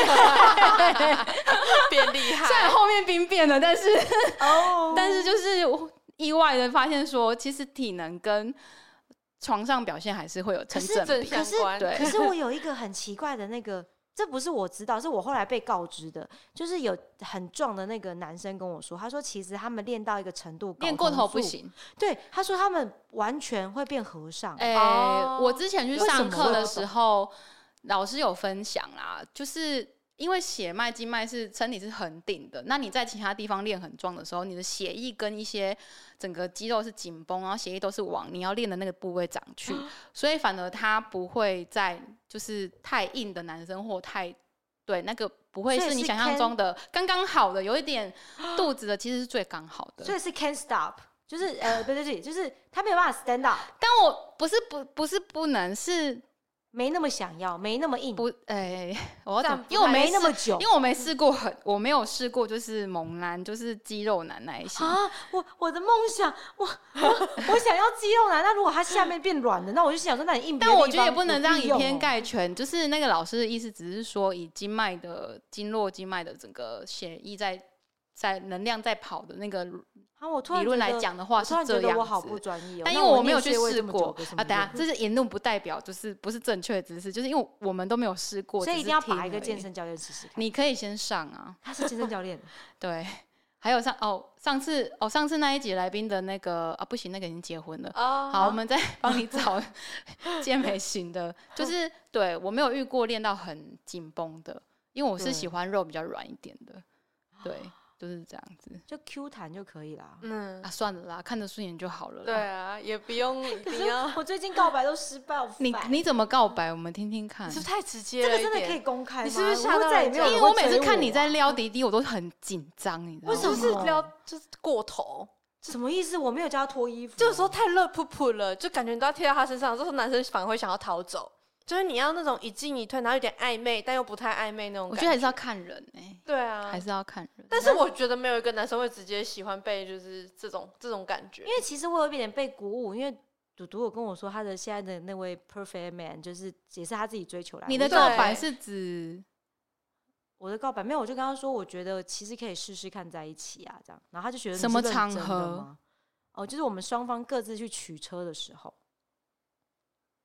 变厉虽然害， 后面兵变了，但是哦但是就是意外的发现说，其实体能跟床上表现还是会有成正正比。 可是相关， 对可是我有一个很奇怪的那个，这不是我知道，是我后来被告知的，就是有很壮的那个男生跟我说，他说其实他们练到一个程度， 练过头不睾酮素。 行。 对，他说他们完全会变和尚。 哎、 哦我之前去为什么上课的我不懂时候，老师有分享啦，就是因为血脉、经脉是身体是恒定的，那你在其他地方练很壮的时候，你的血液跟一些整个肌肉是紧绷，然后血液都是往你要练的那个部位长去，所以反而它不会在就是太硬的男生或太对那个不会所以是是你想象 can- 中的刚刚好的，有一点肚子的，其实是最刚好的。 所以是 can't stop，就是呃，不对不对，就是他没有办法 stand up， 但我不是不不是不能是没那么想要，没那么硬， 不哎、我要怎么这样？ 因为我没没试那么久因为我没试过很，我没有试过就是猛男，就是肌肉男那一型。 啊！我我的梦想，我我我想要肌肉男，那如果他下面变软了，那我就想说，那你硬别的地方有屁用哦。 但我觉得也不能这样以偏概全，就是那个老师的意思只是说，以经脉的经络、经脉的整个血液在在能量在跑的那个啊，我突然理论来觉得讲的话是我突然这样觉得我好不子。 专业哦。 但那因为我没有去念穴位试过这么久为什么啊，等下不这是言论不代表就是不是正确的知识，就是因为我们都没有试过， 所以一定要把一个只是听而已健身教练试试看。 你可以先上啊。 他是健身教练， 对，还有上哦，上次哦，上次那一集来宾的那个啊，不行，那个已经结婚了。 哦好，我们再帮你找健美型的，就是对我没有遇过练到很紧绷的，因为我是对喜欢肉比较软一点的，对，就是这样子就 Q 弹就可以啦。 嗯啊，，算了啦，看着顺眼就好了啦。 对啊，也不用一可是定要， 我最近告白都失败，好你烦你怎么告白？我们听听看你。是不是太直接这了一点？ 个真的可以公开吗？ 你是不是吓我会到人家再也没有人因为我每次会追啊看你在撩迪迪，我都很紧张，你知道吗？ 为什么就是撩就是过头， 什么意思？我没有叫他脱衣服， 就是说太热扑扑了，就感觉你都要贴到他身上，这时候男生反而会想要逃走。就是你要那种一进一退，然后有点暧昧，但又不太暧昧那种感我觉得还是要看人哎、 对啊， 还是要看人。 但是我觉得没有一个男生会直接喜欢被就是这种这种感觉， 因为其实我有一点被鼓舞，因为赌赌有跟我说，他的现在的那位 perfect man 就是也是他自己追求来的。 你的我就告白是指我的告白没有，我就跟他说，我觉得其实可以试试看在一起啊，这样。然后他就觉得什么你是认真的场合吗？哦，就是我们双方各自去取车的时候，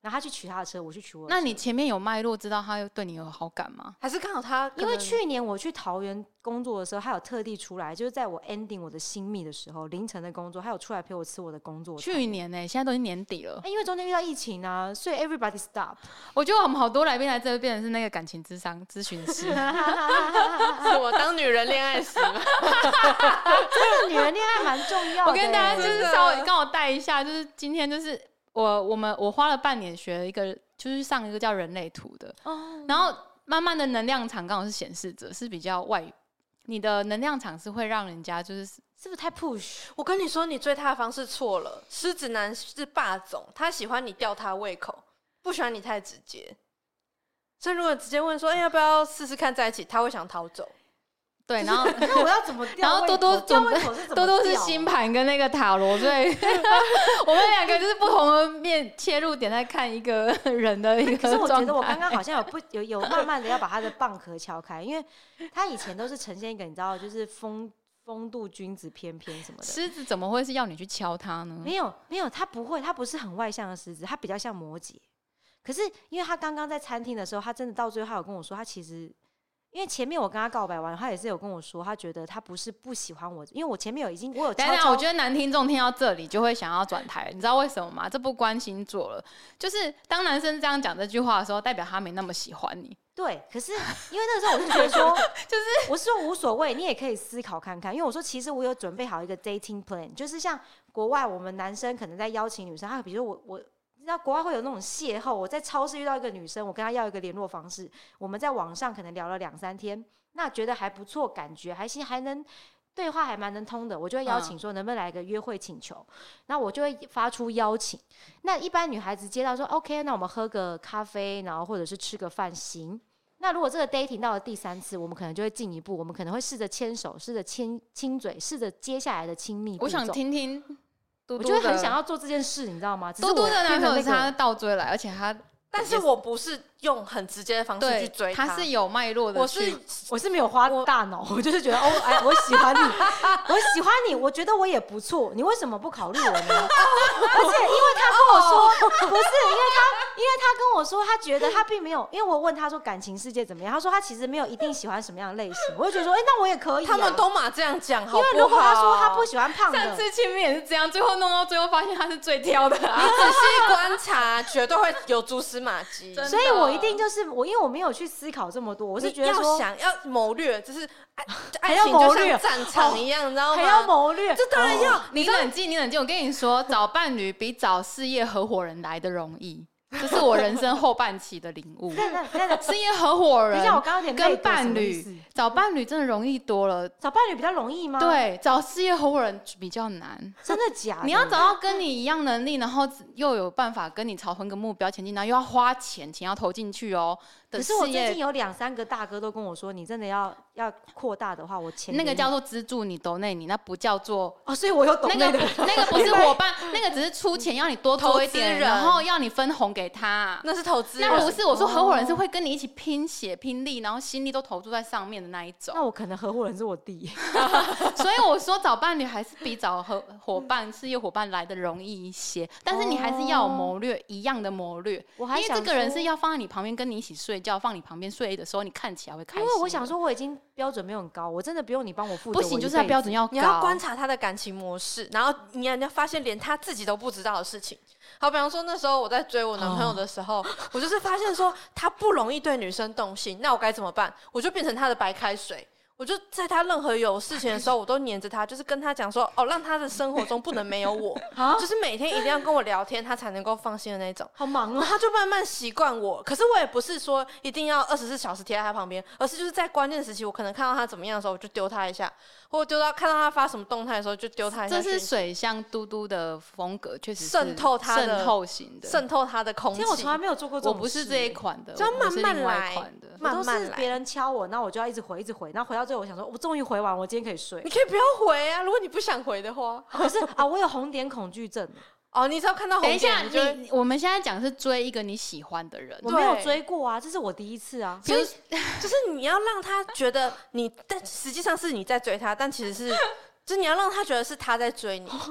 然后他去取他的车，我去取我的车。 那你前面有脉络，知道他对你有好感吗？ 还是刚好他因为去年我去桃园工作的时候，他有特地出来，就是在我 ending 我的新密的时候，凌晨的工作，他有出来陪我吃我的工作。 去年呢、欸，现在都已经年底了、 欸，因为中间遇到疫情啊，所以 everybody stop。 我觉得我们好多来宾来这边变成是那个感情咨商咨询师， 是我当女人恋爱时吗？ 真的女人恋爱蛮重要的、欸。 我跟大家就是稍微刚好带一下，就是今天就是我我们我花了半年学了一个，就是上一个叫人类图的，哦、然后慢慢的能量场刚好是显示者，是比较外，你的能量场是会让人家就是是不是太 push？ 我跟你说，你追他的方式错了。狮子男是霸总，他喜欢你吊他胃口，不喜欢你太直接。所以如果直接问说，哎、欸，要不要试试看在一起，他会想逃走。 对，然后那我要怎么吊？ 然后多多吊胃口是怎么多多是星盘跟那个塔罗，所以我们两个就是不同的面切入点在看一个人的一个状态。 可是我觉得我刚刚好像有不有有慢慢的要把他的蚌壳敲开，因为他以前都是呈现一个你知道就是风风度君子翩翩什么的。 狮子怎么会是要你去敲他呢？ 没有没有，他不会，他不是很外向的狮子，他比较像摩羯。可是因为他刚刚在餐厅的时候，他真的到最后他有跟我说，他其实。因为前面我跟他告白完，他也是有跟我说，他觉得他不是不喜欢我，因为我前面有已经我有悄悄。 等等，我觉得男听众听到这里就会想要转台，你知道为什么吗？这不关星座了，就是当男生这样讲这句话的时候，代表他没那么喜欢你。 对，可是因为那个时候我就觉得说，就是我是说无所谓，你也可以思考看看，因为我说其实我有准备好一个 dating plan， 就是像国外我们男生可能在邀请女生，他比如说我我。你知道国外会有那种邂逅，我在超市遇到一个女生，我跟她要一个联络方式，我们在网上可能聊了两三天，那觉得还不错，感觉还行，还能对话还蛮能通的，我就会邀请说能不能来一个约会请求，那、嗯、我就会发出邀请。那一般女孩子接到说 OK， 那我们喝个咖啡，然后或者是吃个饭行。那如果这个 dating 到了第三次，我们可能就会进一步，我们可能会试着牵手，试着亲亲嘴，试着接下来的亲密步骤。 我想听听。嘟嘟我就很想要做这件事，你知道吗？ 嘟嘟的男朋友是他的倒追来，而且他， 但是我不是用很直接的方式去追他， 他是有脉络的。 我是我是没有花大脑，我就是觉得哦，哎，我喜欢你，我喜欢你，我觉得我也不错，你为什么不考虑我呢？而且因为他跟我说，不是因为他，因为他跟我说，他觉得他并没有，因为我问他说感情世界怎么样，他说他其实没有一定喜欢什么样的类型，我就觉得说，哎、欸，那我也可以、啊。 他们都嘛这样讲，好不好？ 因为如果他说他不喜欢胖的， 上次亲密也是这样，最后弄到最后发现他是最挑的、啊。 你仔细观察，绝对会有蛛丝马迹。 所以我一定就是我，因为我没有去思考这么多，我是觉得说要想要谋略，就是爱情就像战场一样，你知道吗？ 还要谋略， 这当然要。 哦、你冷静，你冷静。我跟你说，找伴侣比找事业合伙人来的容易。这是我人生后半期的领悟。事业合伙人跟伴侣，找伴侣真的容易多了。 找伴侣比较容易吗？ 对，找事业合伙人比较难。 真的假的？ 你要找到跟你一样能力，然后又有办法跟你朝同一个目标前进，然后又要花钱，钱要投进去哦。 可是我最近有两三个大哥都跟我说，你真的要要扩大的话，我钱那个叫做资助你抖内你，那不叫做哦，所以我有抖内那个那个不是伙伴，那个只是出钱要你多做一点，然后要你分红给他， 那是投资人。 那不是我说合伙人是会跟你一起拼血拼力，然后心力都投注在上面的那一种。 那我可能合伙人是我弟， 所以我说找伴侣还是比找合伙伴、事业伙伴来的容易一些，但是你还是要有谋略，一样的谋略。 我还因为这个人是要放在你旁边跟你一起睡觉，放你旁边睡。睡的时候，你看起来会开心。 因为我想说，我已经标准没有很高，我真的不用你帮我负责。 不行，就是要标准要高。 你要观察他的感情模式，然后你要发现连他自己都不知道的事情。好，比方说那时候我在追我男朋友的时候，哦、我就是发现说他不容易对女生动心，那我该怎么办？我就变成他的白开水。我就在他任何有事情的时候，我都黏着他，就是跟他讲说，哦，让他的生活中不能没有我，就是每天一定要跟我聊天，他才能够放心的那种。 好忙哦，他就慢慢习惯我。可是我也不是说一定要二十四小时贴在他旁边，而是就是在关键时期，我可能看到他怎么样的时候，我就丢他一下，或者丢到看到他发什么动态的时候，就丢他一下。 这是水象嘟嘟的风格，确实渗透他的渗透型的， 渗透他的空气。 因为我从来没有做过这种事， 我不是这一款的， 就要慢慢来， 慢慢来。别人敲我，那我就要一直回，一直回，然后回到最后，我想说，我终于回完，我今天可以睡。 你可以不要回啊，如果你不想回的话。 可是啊，我有红点恐惧症。 哦，你只要看到红点， 等一下，你我们现在讲是追一个你喜欢的人， 我没有追过啊，这是我第一次啊。 所以就是你要让他觉得你，但实际上是你在追他，但其实是，就是你要让他觉得是他在追你。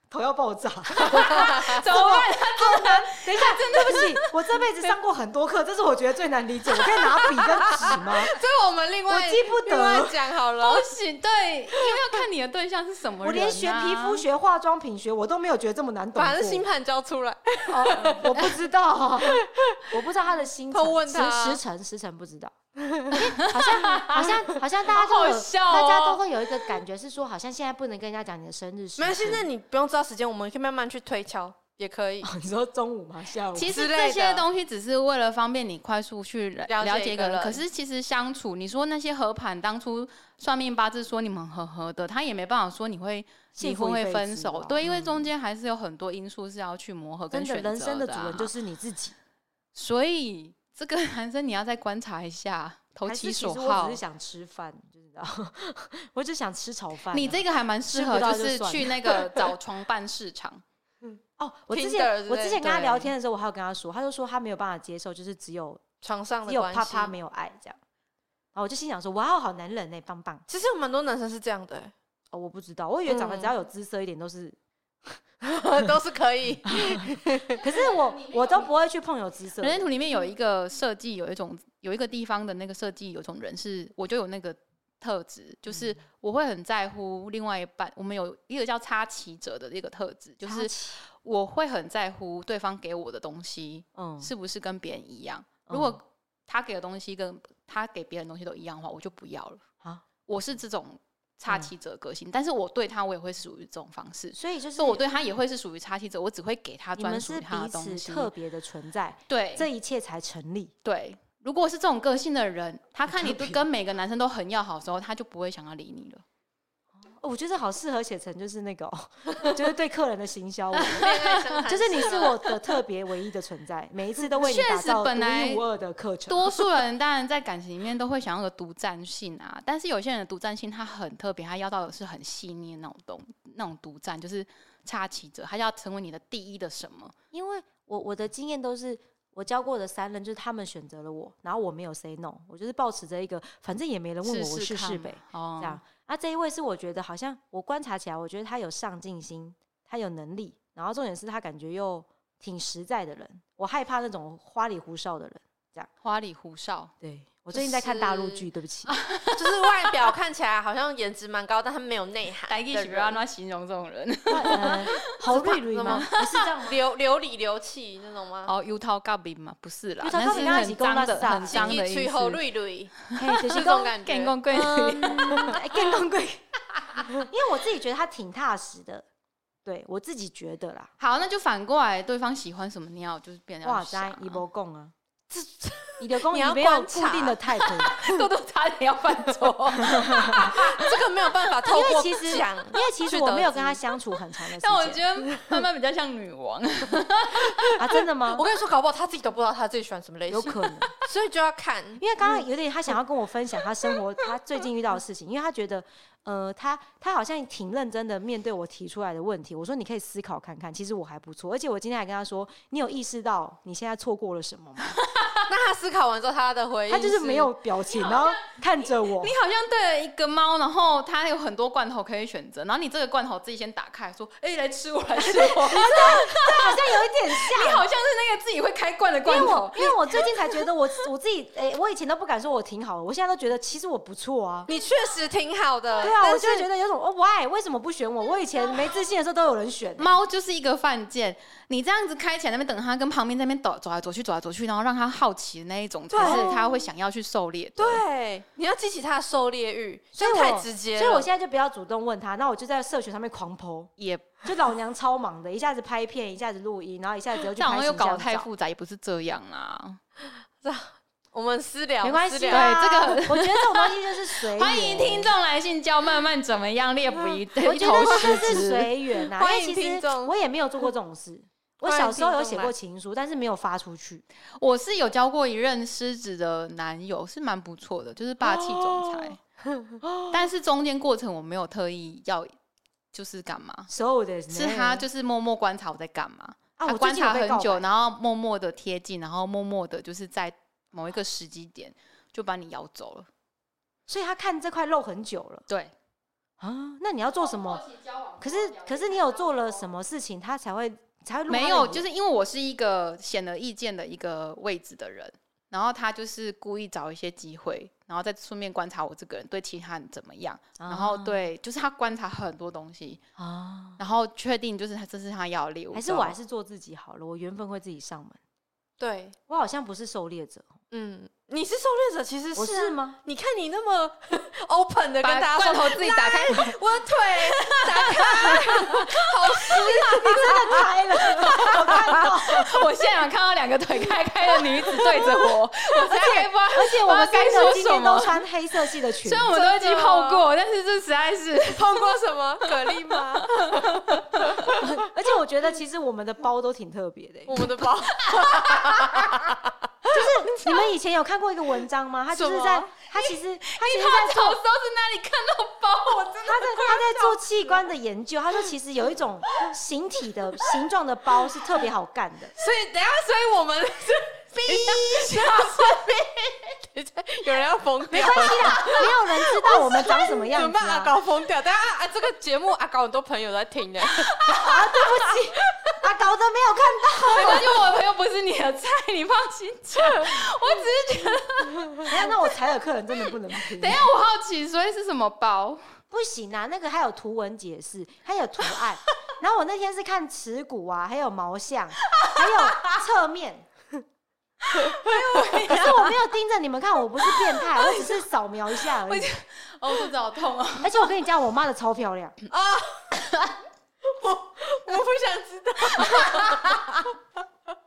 头要爆炸， 怎么办？ 好难。等一下，对不起，我这辈子上过很多课，这是我觉得最难理解。我可以拿笔跟纸吗？ 这我们另外我记不得另外讲好了。 不行，对，因为要看你的对象是什么人、啊。 我连学皮肤学、化妆品学，我都没有觉得这么难懂过。 把星盘交出来。 哦，我不知道， 我不知道他的星偷问他时辰时辰不知道。好像好像好像大家都有， 好好笑哦大家都会有一个感觉是说，好像现在不能跟人家讲你的生日时辰。 没有，现在你不用知道时间，我们可以慢慢去推敲，也可以。 哦你说中午吗？下午？ 其实之类的这些东西只是为了方便你快速去了了解了解一个人， 一个人可是其实相处，你说那些合盘，当初算命八字说你们合合的，他也没办法说你会离婚会分手，对，因为中间还是有很多因素是要去磨合跟真的， 选择人生的啊主人就是你自己。 所以这个男生你要再观察一下，投其所还是其实我好只是。想吃饭，就知道，我只想吃炒饭啊。 你这个还蛮适合， 吃不到就就是算了去那个找床伴市场。 哦，我之 Tinder 之类前我之前跟他对聊天的时候，我还有跟他说，他就说他没有办法接受，就是只有床上只有的关系。 啪啪没有爱这样。然后我就心想说，哇哦，好男人呢，棒棒。 其实有蛮多男生是这样的、欸， 哦，我不知道，我以为长得嗯只要有姿色一点都是， 都是可以。 可是我我都不会去碰有姿色的。 人类图里面有一个设计，有一种有一个地方的那个设计，有一种人是我就有那个特质，就是我会很在乎另外一半。我们有一个叫插旗者的一个特质，就是我会很在乎对方给我的东西， 嗯是不是跟别人一样。 嗯如果他给的东西跟他给别人的东西都一样的话，我就不要了。 啊， 我是这种插旗者的个性，但是我对他我也会属于这种方式。 所以就是所以我对他也会是属于插旗者，我只会给他你们专属于是彼此他的东西。 特别的存在， 对， 这一切才成立。 对，如果是这种个性的人，他看你特别跟每个男生都很要好的时候，他就不会想要理你了。 哦我觉得好适合写成就是那个、哦，就是对客人的行销文， 恋爱生产就是你式是我的特别唯一的存在，每一次都为你打确实造独本来一无二的课程。 多数人当然在感情里面都会想要有独占性啊，但是有些人的独占性他很特别，他要到的是很细腻的那种东那种独占，就是插旗者，他要成为你的第一的什么。 因为我我的经验都是我教过的三任，就是他们选择了我，然后我没有 say no，我就是抱持着一个反正也没人问我，我试看试呗， 哦这样。啊，这一位是我觉得好像我观察起来，我觉得他有上进心，他有能力，然后重点是他感觉又挺实在的人。我害怕那种花里胡哨的人。 花里胡哨。 对我最近在看大陆剧，对不起， 就是外表看起来好像颜值蛮高，但他没有内涵来的人。 给许要怎形容这种人？ 呃，好绿绿吗？不是这样吗？ 流流里流气那种吗？ 哦，油桃咖饼嘛，不是啦， 油桃那是咖饼跟他一起很脏的、 讲那很脏的意吹口思。 绿绿， 嘿，就是这种讲感觉。 健康贵嗯，哎更公贵，因为我自己觉得他挺踏实的，对我自己觉得啦。 好，那就反过来，对方喜欢什么，你要就是变成哇要想啊， 塞，伊波讲啊，你的公你要你没有观察固定的 type， 豆豆差点要犯错。 这个没有办法透过因为其实讲， 因为其实去得我没有跟知他相处很长的时但我间觉得慢慢比较像女王。 啊，真的吗我？跟你说，搞不好他自己都不知道他自己喜欢什么类型， 有可能， 所以就要看。 因为刚刚有点他想要跟我分享他生活他最近遇到的事情，因为他觉得呃他他好像挺认真的面对我提出来的问题。我说你可以思考看看，其实我还不错，而且我今天还跟他说，你有意识到你现在错过了什么吗？ 那他思考完之后，他的回应他就是没有表情，然后看着我你。好像对了一个猫，然后它有很多罐头可以选择，然后你这个罐头自己先打开，说：“哎、来吃我，来吃我。” 好像有一点像， 你好像是那个自己会开罐的因罐头为我。因为我最近才觉得我我自己，哎、我以前都不敢说我挺好的，我现在都觉得其实我不错啊。 你确实挺好的。 对啊， 但我就会觉得有种哦 ，why 为什么不选我？我以前没自信的时候都有人选、 猫就是一个犯贱，你这样子开起来那边等它，跟旁边那边走走来走去，走来走去，然后让它好奇的那一种，才是它会想要去狩猎的。 对，你要激起他的狩猎欲， 所以这样我太直接了。 所以我现在就不要主动问他，那我就在社群上面狂 po， 也就老娘超忙的，一下子拍片，一下子录音，然后一下子又去这好拍像又搞得形象照。 太复杂，也不是这样啦。 我们私聊， 没关私聊系啊， 对这个我觉得这种东西就是随缘。 欢迎听众来信教慢慢怎么样猎捕一我觉一头狮得这是子。 随缘啊，因欢迎为其实听众我也没有做过这种事。我欢迎小时候有写听众来过情书，但是没有发出去。 我是有交过一任狮子的男友，是蛮不错的，就是霸气总裁。但是中间过程我没有特意要，就是干嘛， 所有的是他就是默默观察我在干嘛。 啊，我最他观近有被告察很久， 白然后默默的贴近，然后默默的就是在某一个时机点就把你咬走了。 所以他看这块肉很久了。 对， 啊，那你要做什么？可是可是你有做了什么事情，他才会才会入他的没有， 眼就是因为我是一个显而易见的一个位置的人，然后他就是故意找一些机会，然后再顺便观察我这个人对其他人怎么样， 啊然后对，就是他观察很多东西， 啊， 然后确定就是他这是他要的礼物之后， 还是我还是做自己好了，我缘分会自己上门。 对， 我好像不是狩猎者， 嗯，你是狩猎者，其实是、啊、 我是吗？ 你看你那么 open 的跟把大家说， 罐头自己打开， 我的腿打开，好湿啊！ 你真的开了，我看到。 我现在有看到两个腿开开的女子对着我，我才不知道而且我们该三个今天都说什么。 穿黑色系的裙子虽，然我们都已经碰过，但是这实在是碰过什么蛤蜊吗？ 而且我觉得其实我们的包都挺特别的、欸。 我们的包就是你们以前有看过一个文章吗？他就是在什么他其实他其实他在做小时候是哪里看到包？我真的他在他在做器官的研究。他说其实有一种形体的形状的包是特别好干的。 所以等一下，所以我们是逼下等一下，有人要疯没掉， 关系啦，没有人知道我们长什么样子怎么办？阿啊。 高疯掉，等一下啊，这个节目阿高很多朋友在听的， 啊，对不起，啊，搞得没有看到。 没关系，我的朋友不是你的菜，你放心讲。我只是觉得， 等一下，那我采耳客人真的不能听。 等一下我好奇，所以是什么包？ 不行啊，那个还有图文解释，还有图案。然后我那天是看耻骨啊，还有毛像，还有侧面。可是我没有盯着你们看，我不是变态，我只是扫描一下而已。 哦，肚子好痛哦！ 而且我跟你讲，我妈的超漂亮啊！我我不想知道。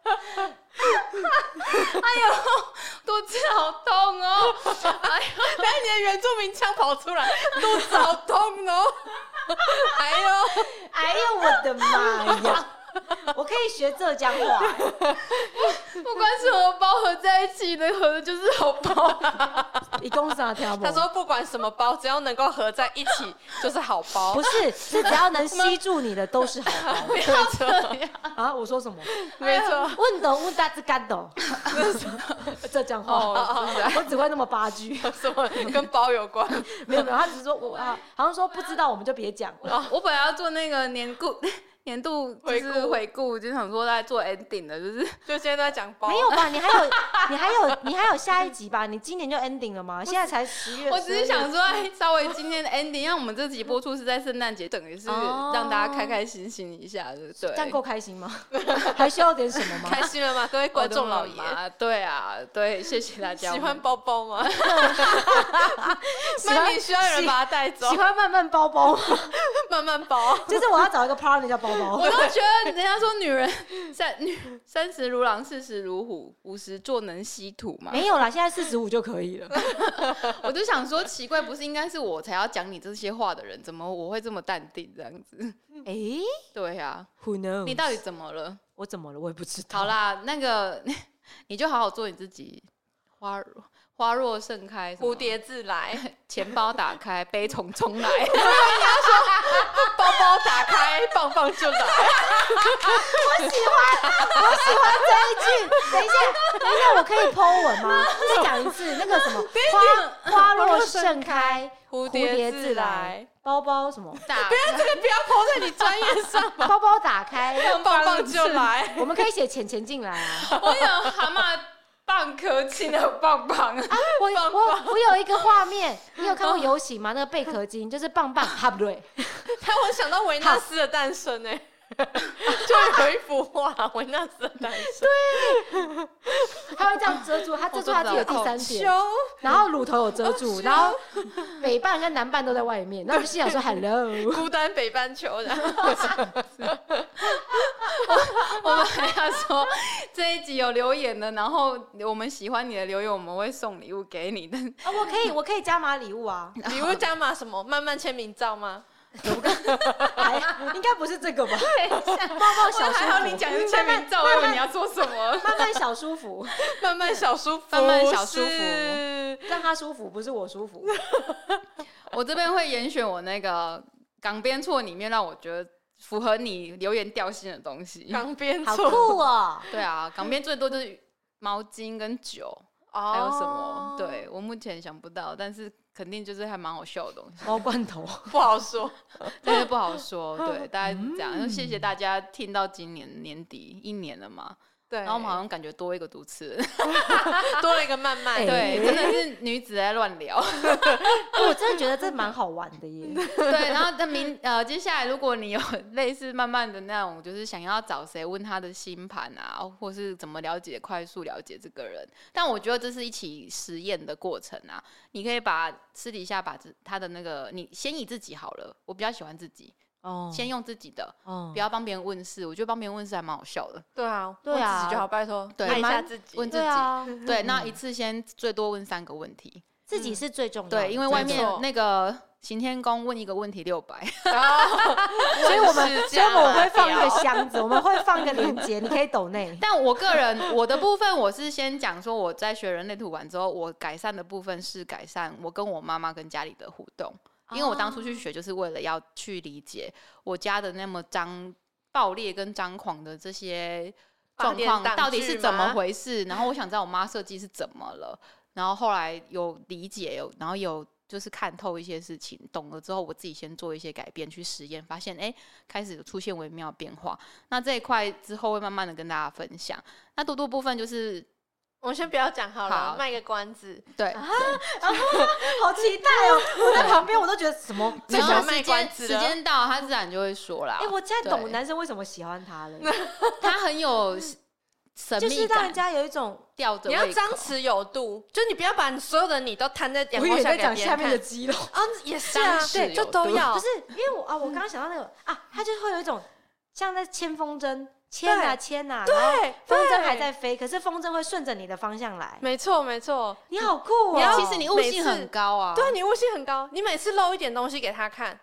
哎呦，肚子好痛哦！ 哎呦，等下你的原住民腔跑出来，肚子好痛哦！哎呦， 哎呦，我的妈呀！我可以学浙江话、欸， 不管什么包合在一起的，合的就是好包。 一共啥条？ 他说不管什么包，只要能够合在一起就是好包。 不是，是只要能吸住你的都是好包。 不要这样啊！我说什么？ 没错， 问斗问大只干斗，浙江话。 哦， 我只会那么八句， 什么跟包有关？ 没有没有，他只是说我啊，好像说不知道我们就别讲了。 我本来要做那个年顾。年度就是回顾，就想说在做 ending 的，就是就现在在讲包。 没有吧？你还有你还有你还有下一集吧？你今年就 ending 了吗？现在才十月。 我只是想说，哎，稍微今天的 ending，因为我们这集播出是在圣诞节，等于是让大家开开心心一下，对不对？ 这样够开心吗？还需要点什么吗？ 开心了吗？各位观众老爷， 对啊，对，谢谢大家。 喜欢包包吗？那你需要人把它带走。 喜欢慢慢包包吗？ 慢慢包， 就是我要找一个 partner 叫包包。 我都觉得。人家说女人三女三十如狼，四十如虎，五十坐能吸土嘛。 没有啦，现在四十五就可以了。 我就想说，奇怪，不是应该是我才要讲你这些话的人，怎么我会这么淡定这样子？ 哎、欸， 对呀、啊、 ，Who knows？ 你到底怎么了？ 我怎么了？我也不知道。 好啦，那个你就好好做你自己，花花若盛开， 蝴蝶自来， 钱包打开，悲从中来。 你要说包包打开，棒棒就来。 我喜欢，我喜欢这一句。等一下，等一下，我可以 po 文吗？再讲一次，那个什么花花若盛开，蝴蝶自来。包包什么？ 打不要这个，不要 po 在你专业上嘛。 包包打开， 棒棒就来。 我们可以写钱钱进来啊。 我有蛤蟆。蚌壳金的棒棒啊！ 我我我有一个画面，你有看过游行吗？那个贝壳金就是棒棒，哈不对， 他我想到维纳斯的诞生哎，就有一幅画维纳斯的诞生， 对，他会这样遮住，他遮住他自己的第三点，然后乳头有遮住，然后北半跟南半都在外面，然后就心想说 hello， 孤单北半球的。 我们还要说这一集有留言的，然后我们喜欢你的留言，我们会送礼物给你的。 啊，我可以，我可以加码礼物啊！ 礼物加码什么？慢慢签名照吗？ 还应该不是这个吧？抱抱小舒服。 还好你讲是签名照，我以为你要做什么？ 慢慢小舒服， 慢慢小舒服， 慢慢小舒服， 让他舒服，不是我舒服。 我这边会严选我那个港边错里面让我觉得符合你留言调性的东西。 港边好酷哦！ 对啊，港边最多就是毛巾跟酒。 哦还有什么？对我目前想不到，但是肯定就是还蛮好笑的东西。 猫罐头， 不好说。 但是不好说，对，大概是这样。就谢谢大家听到今年年底一年了嘛， 对， 然后我们好像感觉多一个主持人， 多了一个慢慢。 哎对，真的是女子在乱聊。 我真的觉得这蛮好玩的耶。 对，然后那明呃，接下来如果你有类似慢慢的那种，就是想要找谁问他的星盘啊，或是怎么了解、快速了解这个人，但我觉得这是一起实验的过程啊。你可以把私底下把他的那个，你先以自己好了，我比较喜欢自己。 哦， 先用自己的， 哦不要帮别人问事。我觉得帮别人问事还蛮好笑的。 对啊， 对啊问自己就好，拜托， 对爱一下蛮自己。 问自己， 对啊， 对，那一次先最多问三个问题。 自己是最重要的。 对，因为外面没错那个行天宫问一个问题六百， 所以我们是这所以我们样啊会放一个屌箱子，我们会放一个链接，你可以抖内。 但我个人我的部分，我是先讲说我在学人类图完之后，我改善的部分是改善我跟我妈妈跟家里的互动，因为我当初去学就是为了要去理解我家的那么张暴烈跟张狂的这些状况到底是怎么回事，然后我想知道我妈设计是怎么了，然后后来有理解，有然后有就是看透一些事情，懂了之后，我自己先做一些改变，去实验，发现哎、欸，开始有出现微妙变化。那这一块之后会慢慢的跟大家分享。那多多部分就是我们先不要讲好了， 好卖个关子。 对， 好期待哦！我在旁边我都觉得什么？ 然后最喜欢卖时间关子了时间到，他自然就会说啦。 哎，我现在懂对男生为什么喜欢他了， 他很有神就秘感， 是让人家有一种。 你要吊着胃口张弛有度，就你不要把你所有的你都摊在阳我以光下为在讲给别人看下面的。肌肉， 啊，也是啊， 张弛对，就有度都要。 不是因为我啊，我刚刚想到那个啊，他就会有一种像在牵风筝，牵啊牵啊，然后对， 风筝对还在飞，可是风筝会顺着你的方向来。 没错没错。 你好酷哦！ 你要其实你悟性很高啊。 对，你悟性很高，你每次露一点东西给他看，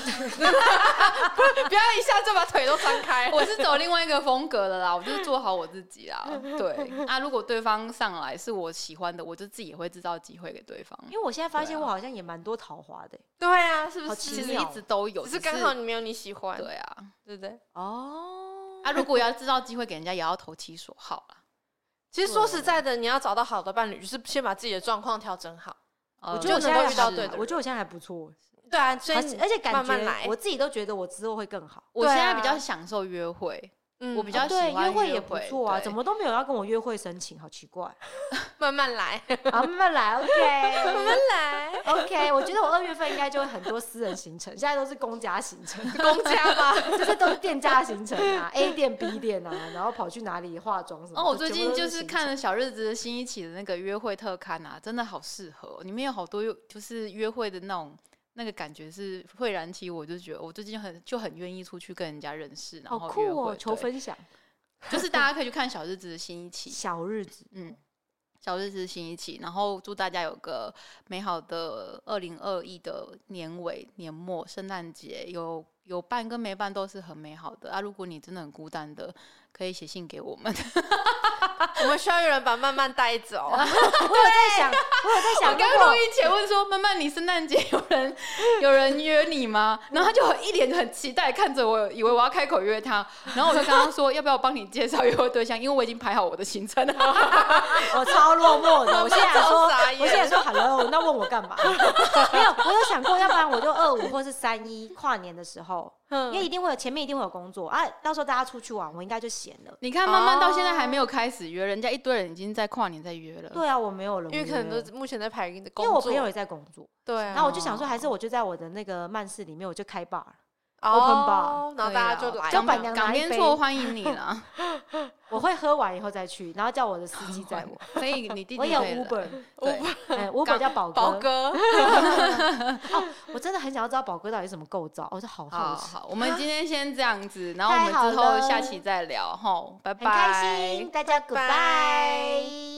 不要一下就把腿都张开。 我是走另外一个风格的啦，我就是做好我自己啦。对啊，如果对方上来是我喜欢的，我就自己也会制造机会给对方。 因为我现在发现对啊我好像也蛮多桃花的对啊，是不好是？ 其实奇妙一直都有， 只是刚好你没有你喜欢， 对啊。 对不对？ 哦。 啊，如果要制造机会给人家，也要投其所好啦。 其实说实在的，你要找到好的伴侣，就是先把自己的状况调整好。 呃我觉得我就能够现在还遇到对的人我觉得我现在还不错， 对啊，所以而且而且感觉慢慢来我自己都觉得我之后会更好。 我现在对啊比较享受约会， 嗯我比较哦对， 喜欢约会也约会不错啊， 对怎么都没有要跟我约会申请，好奇怪。 慢慢来， 好，慢慢来慢 ，OK 慢来。 OK。我觉得我二月份应该就会很多私人行程，现在都是公家行程， 公家吗？ 就是都是店家行程啊，A 店 B 店啊，然后跑去哪里化妆什么的。 哦，我最全部都近就是行看了小日子的新一期的那个约会特刊啊，真的好适合哦，里面有好多就是约会的那种那个感觉是会燃起我，就觉得我最近很就很愿意出去跟人家认识，然好后约会酷哦，求对分享。 就是大家可以去看小日子的新一期， 小日子， 嗯，小日子新一期，然后祝大家有个美好的二零二一的年尾年末圣诞节，有有伴跟没伴都是很美好的啊。如果你真的很孤单的，可以写信给我们。 我们需要有人把慢慢带走。 我有在想，我有在想， 我刚如果录音前问说：“曼曼，你圣诞节有人有人约你吗？”然后他就很一脸很期待看着我，以为我要开口约他。然后我就跟他说：“要不要我帮你介绍约会对象？因为我已经排好我的行程了。 我超落寞的，我现在想说， 超傻眼我现在说 hello，那问我干嘛？没有，我有想过，要不然我就二五或是三一跨年的时候，因为一定会有前面一定会有工作啊，到时候大家出去玩，我应该就闲了。 你看，曼曼到现在还没有开始约，人家一堆人已经在跨年在约了。 对啊，我没有人约， 因为可能都目前在排的工作， 因为我朋友也在工作， 对啊， 然后我就想说，还是我就在我的那个曼市里面，我就开 bar， 哦 open bar 然后大家就来， 就板娘拿港一杯边错欢迎你啦， 我会喝完以后再去，然后叫我的司机载我。 所以你弟弟我有可以来 Uber， 对， 哎，Uber 叫宝宝哥。 哥， 我真的很想要知道宝哥到底是什么构造，我就好好好奇， 好，我们今天先这样子，然后我们太好之后了下期再聊，吼，拜很开拜心，。大家 goodbye。